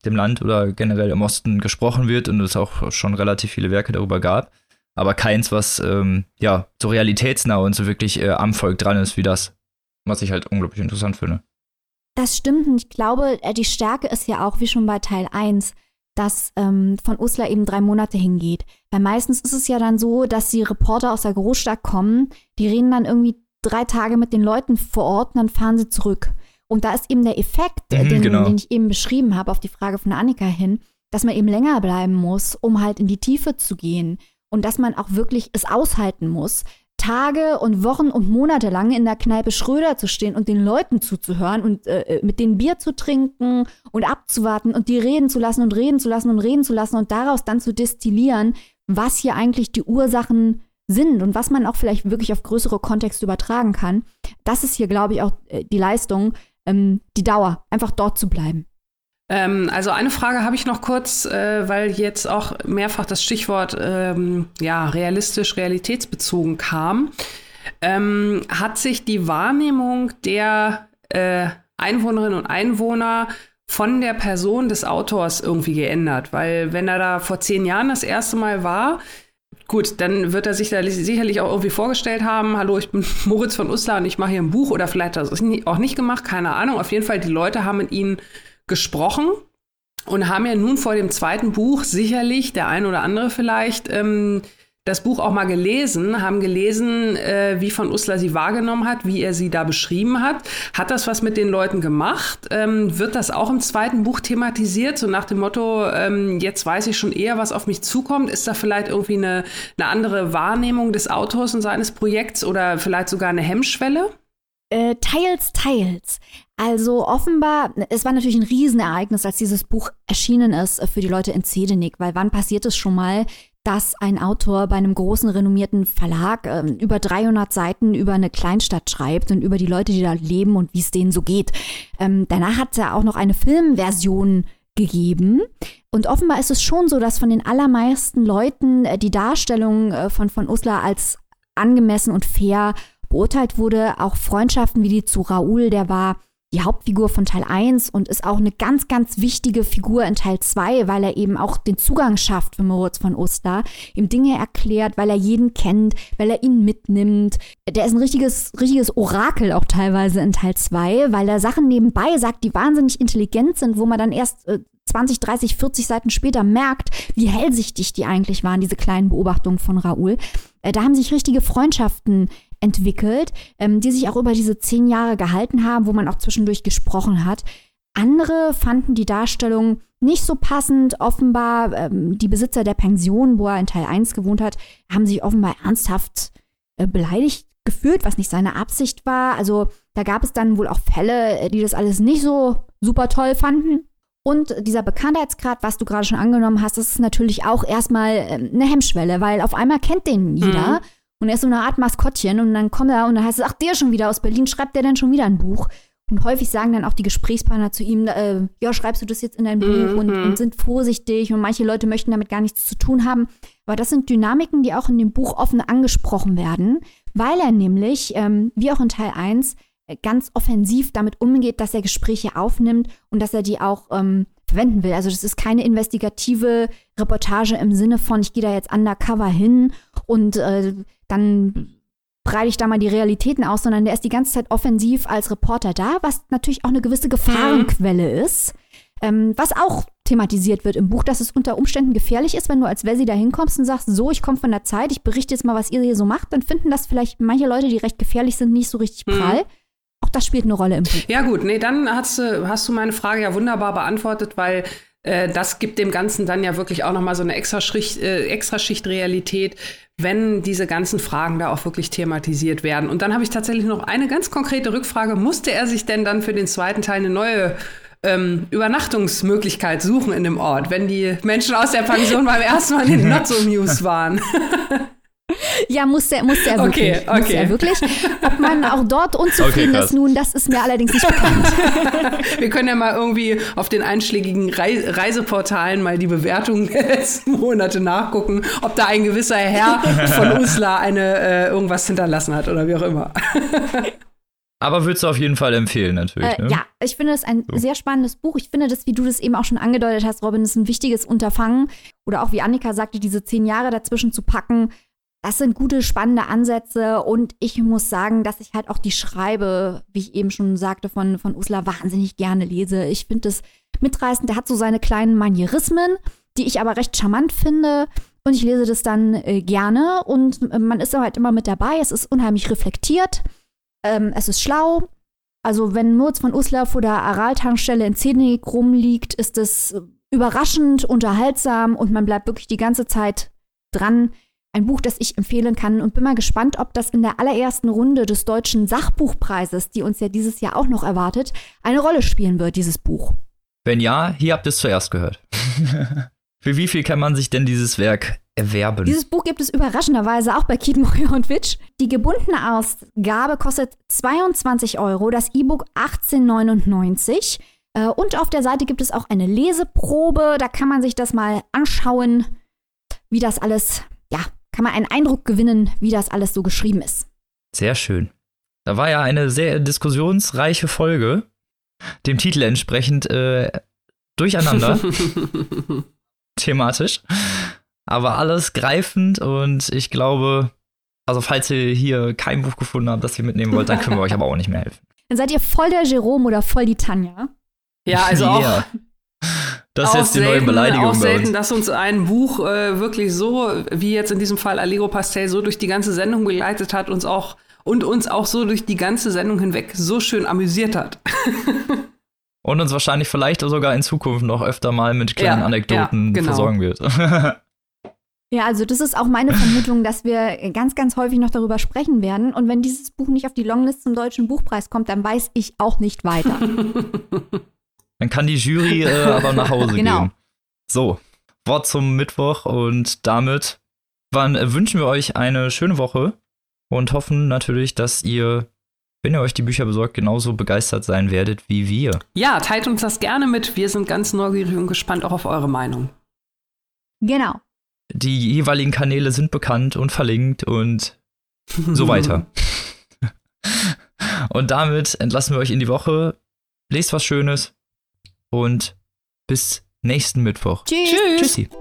dem Land oder generell im Osten gesprochen wird und es auch schon relativ viele Werke darüber gab. Aber keins, was ähm, ja so realitätsnah und so wirklich äh, am Volk dran ist wie das, was ich halt unglaublich interessant finde. Das stimmt und ich glaube, die Stärke ist ja auch, wie schon bei Teil eins, dass ähm, von Uslar eben drei Monate hingeht. Weil meistens ist es ja dann so, dass die Reporter aus der Großstadt kommen, die reden dann irgendwie drei Tage mit den Leuten vor Ort und dann fahren sie zurück. Und da ist eben der Effekt, mhm, den, genau. den ich eben beschrieben habe, auf die Frage von Annika hin, dass man eben länger bleiben muss, um halt in die Tiefe zu gehen. Und dass man auch wirklich es aushalten muss, Tage und Wochen und Monate lang in der Kneipe Schröder zu stehen und den Leuten zuzuhören und äh, mit denen Bier zu trinken und abzuwarten und die reden zu lassen und reden zu lassen und reden zu lassen und daraus dann zu destillieren, was hier eigentlich die Ursachen sind und was man auch vielleicht wirklich auf größere Kontexte übertragen kann. Das ist hier, glaube ich, auch äh, die Leistung, ähm, die Dauer, einfach dort zu bleiben. Also eine Frage habe ich noch kurz, äh, weil jetzt auch mehrfach das Stichwort ähm, ja, realistisch, realitätsbezogen kam. Ähm, hat sich die Wahrnehmung der äh, Einwohnerinnen und Einwohner von der Person des Autors irgendwie geändert? Weil wenn er da vor zehn Jahren das erste Mal war, gut, dann wird er sich da sicherlich auch irgendwie vorgestellt haben, hallo, ich bin Moritz von Uslar und ich mache hier ein Buch, oder vielleicht hat er es auch nicht gemacht, keine Ahnung. Auf jeden Fall, die Leute haben mit ihnen gesprochen und haben ja nun vor dem zweiten Buch sicherlich, der ein oder andere vielleicht, ähm, das Buch auch mal gelesen, haben gelesen, äh, wie von Uslar sie wahrgenommen hat, wie er sie da beschrieben hat. Hat das was mit den Leuten gemacht? Ähm, wird das auch im zweiten Buch thematisiert, so nach dem Motto, ähm, jetzt weiß ich schon eher, was auf mich zukommt? Ist da vielleicht irgendwie eine, eine andere Wahrnehmung des Autors und seines Projekts oder vielleicht sogar eine Hemmschwelle? Äh, teils, teils. Also offenbar, es war natürlich ein Riesenereignis, als dieses Buch erschienen ist äh, für die Leute in Zedenik, weil wann passiert es schon mal, dass ein Autor bei einem großen, renommierten Verlag äh, über dreihundert Seiten über eine Kleinstadt schreibt und über die Leute, die da leben und wie es denen so geht. Ähm, danach hat es ja auch noch eine Filmversion gegeben. Und offenbar ist es schon so, dass von den allermeisten Leuten äh, die Darstellung äh, von, von Uslar als angemessen und fair beurteilt wurde. Auch Freundschaften wie die zu Raoul, der war die Hauptfigur von Teil eins und ist auch eine ganz, ganz wichtige Figur in Teil zwei, weil er eben auch den Zugang schafft für Moritz von Uslar, ihm Dinge erklärt, weil er jeden kennt, weil er ihn mitnimmt. Der ist ein richtiges, richtiges Orakel auch teilweise in Teil zwei, weil er Sachen nebenbei sagt, die wahnsinnig intelligent sind, wo man dann erst äh, zwanzig, dreißig, vierzig Seiten später merkt, wie hellsichtig die eigentlich waren, diese kleinen Beobachtungen von Raoul. Äh, da haben sich richtige Freundschaften entwickelt, ähm, die sich auch über diese zehn Jahre gehalten haben, wo man auch zwischendurch gesprochen hat. Andere fanden die Darstellung nicht so passend. Offenbar ähm, die Besitzer der Pension, wo er in Teil eins gewohnt hat, haben sich offenbar ernsthaft äh, beleidigt gefühlt, was nicht seine Absicht war. Also da gab es dann wohl auch Fälle, die das alles nicht so super toll fanden. Und dieser Bekanntheitsgrad, was du gerade schon angenommen hast, das ist natürlich auch erstmal äh, eine Hemmschwelle, weil auf einmal kennt den jeder. Mhm. Und er ist so eine Art Maskottchen und dann kommt er und dann heißt es, ach, der schon wieder aus Berlin, schreibt der denn schon wieder ein Buch? Und häufig sagen dann auch die Gesprächspartner zu ihm, äh, ja, schreibst du das jetzt in dein Buch mhm. und, und sind vorsichtig und manche Leute möchten damit gar nichts zu tun haben. Aber das sind Dynamiken, die auch in dem Buch offen angesprochen werden, weil er nämlich, ähm, wie auch in Teil eins, ganz offensiv damit umgeht, dass er Gespräche aufnimmt und dass er die auch ähm, verwenden will. Also das ist keine investigative Reportage im Sinne von, ich gehe da jetzt undercover hin und äh, dann breite ich da mal die Realitäten aus, sondern der ist die ganze Zeit offensiv als Reporter da, was natürlich auch eine gewisse Gefahrenquelle mhm. ist, ähm, was auch thematisiert wird im Buch, dass es unter Umständen gefährlich ist, wenn du als Wessi da hinkommst und sagst, so, ich komme von der Zeit, ich berichte jetzt mal, was ihr hier so macht, dann finden das vielleicht manche Leute, die recht gefährlich sind, nicht so richtig prall. Mhm. Auch das spielt eine Rolle im Buch. Ja gut, nee, dann hast du, hast du meine Frage ja wunderbar beantwortet, weil äh, das gibt dem Ganzen dann ja wirklich auch noch mal so eine Extraschicht, äh, Extraschicht Realität, wenn diese ganzen Fragen da auch wirklich thematisiert werden. Und dann habe ich tatsächlich noch eine ganz konkrete Rückfrage. Musste er sich denn dann für den zweiten Teil eine neue ähm, Übernachtungsmöglichkeit suchen in dem Ort, wenn die Menschen aus der Pension beim ersten Mal in den Not So Amused waren? Ja, musste er, musste er wirklich. Okay, okay. Musste er wirklich. Ob man auch dort unzufrieden okay, ist nun, das ist mir allerdings nicht bekannt. Wir können ja mal irgendwie auf den einschlägigen Reis- Reiseportalen mal die Bewertungen der letzten Monate nachgucken, ob da ein gewisser Herr von Uslar eine äh, irgendwas hinterlassen hat oder wie auch immer. Aber würdest du auf jeden Fall empfehlen, natürlich. Äh, ne? Ja, ich finde es ein So. sehr spannendes Buch. Ich finde das, wie du das eben auch schon angedeutet hast, Robin, ist ein wichtiges Unterfangen. Oder auch wie Annika sagte, diese zehn Jahre dazwischen zu packen, das sind gute, spannende Ansätze. Und ich muss sagen, dass ich halt auch die Schreibe, wie ich eben schon sagte, von, von Ursula wahnsinnig gerne lese. Ich finde das mitreißend. Der hat so seine kleinen Manierismen, die ich aber recht charmant finde. Und ich lese das dann äh, gerne. Und äh, man ist halt immer mit dabei. Es ist unheimlich reflektiert. Ähm, es ist schlau. Also wenn Moritz von Uslar vor der Aral-Tankstelle in Zednik rumliegt, ist es überraschend, unterhaltsam und man bleibt wirklich die ganze Zeit dran. Ein Buch, das ich empfehlen kann und bin mal gespannt, ob das in der allerersten Runde des Deutschen Sachbuchpreises, die uns ja dieses Jahr auch noch erwartet, eine Rolle spielen wird, dieses Buch. Wenn ja, hier habt ihr es zuerst gehört. Für wie viel kann man sich denn dieses Werk erwerben? Dieses Buch gibt es überraschenderweise auch bei Kiepenheuer und Witsch. Die gebundene Ausgabe kostet zweiundzwanzig Euro, das E-Book achtzehn neunundneunzig. Äh, und auf der Seite gibt es auch eine Leseprobe. Da kann man sich das mal anschauen, wie das alles, ja, kann man einen Eindruck gewinnen, wie das alles so geschrieben ist. Sehr schön. Da war ja eine sehr diskussionsreiche Folge, dem Titel entsprechend äh, durcheinander, thematisch. Aber alles greifend und ich glaube, also falls ihr hier kein Buch gefunden habt, das ihr mitnehmen wollt, dann können wir euch aber auch nicht mehr helfen. Dann seid ihr voll der Jerome oder voll die Tanja. Ja, also auch, Yeah. Das ist auch jetzt die selten, neue Beleidigung auch bei selten, uns. dass uns ein Buch äh, wirklich so, wie jetzt in diesem Fall Allegro Pastel, so durch die ganze Sendung begleitet hat uns auch, und uns auch so durch die ganze Sendung hinweg so schön amüsiert hat. Und uns wahrscheinlich vielleicht sogar in Zukunft noch öfter mal mit kleinen Ja, Anekdoten ja, genau. versorgen wird. Ja, also das ist auch meine Vermutung, dass wir ganz, ganz häufig noch darüber sprechen werden. Und wenn dieses Buch nicht auf die Longlist zum Deutschen Buchpreis kommt, dann weiß ich auch nicht weiter. Dann kann die Jury äh, aber nach Hause Genau. gehen. So, Wort zum Mittwoch und damit wann, äh, wünschen wir euch eine schöne Woche und hoffen natürlich, dass ihr, wenn ihr euch die Bücher besorgt, genauso begeistert sein werdet wie wir. Ja, teilt uns das gerne mit. Wir sind ganz neugierig und gespannt auch auf eure Meinung. Genau. Die jeweiligen Kanäle sind bekannt und verlinkt und so weiter. Und damit entlassen wir euch in die Woche. Lest was Schönes und bis nächsten Mittwoch. Tschüss. Tschüss. Tschüssi.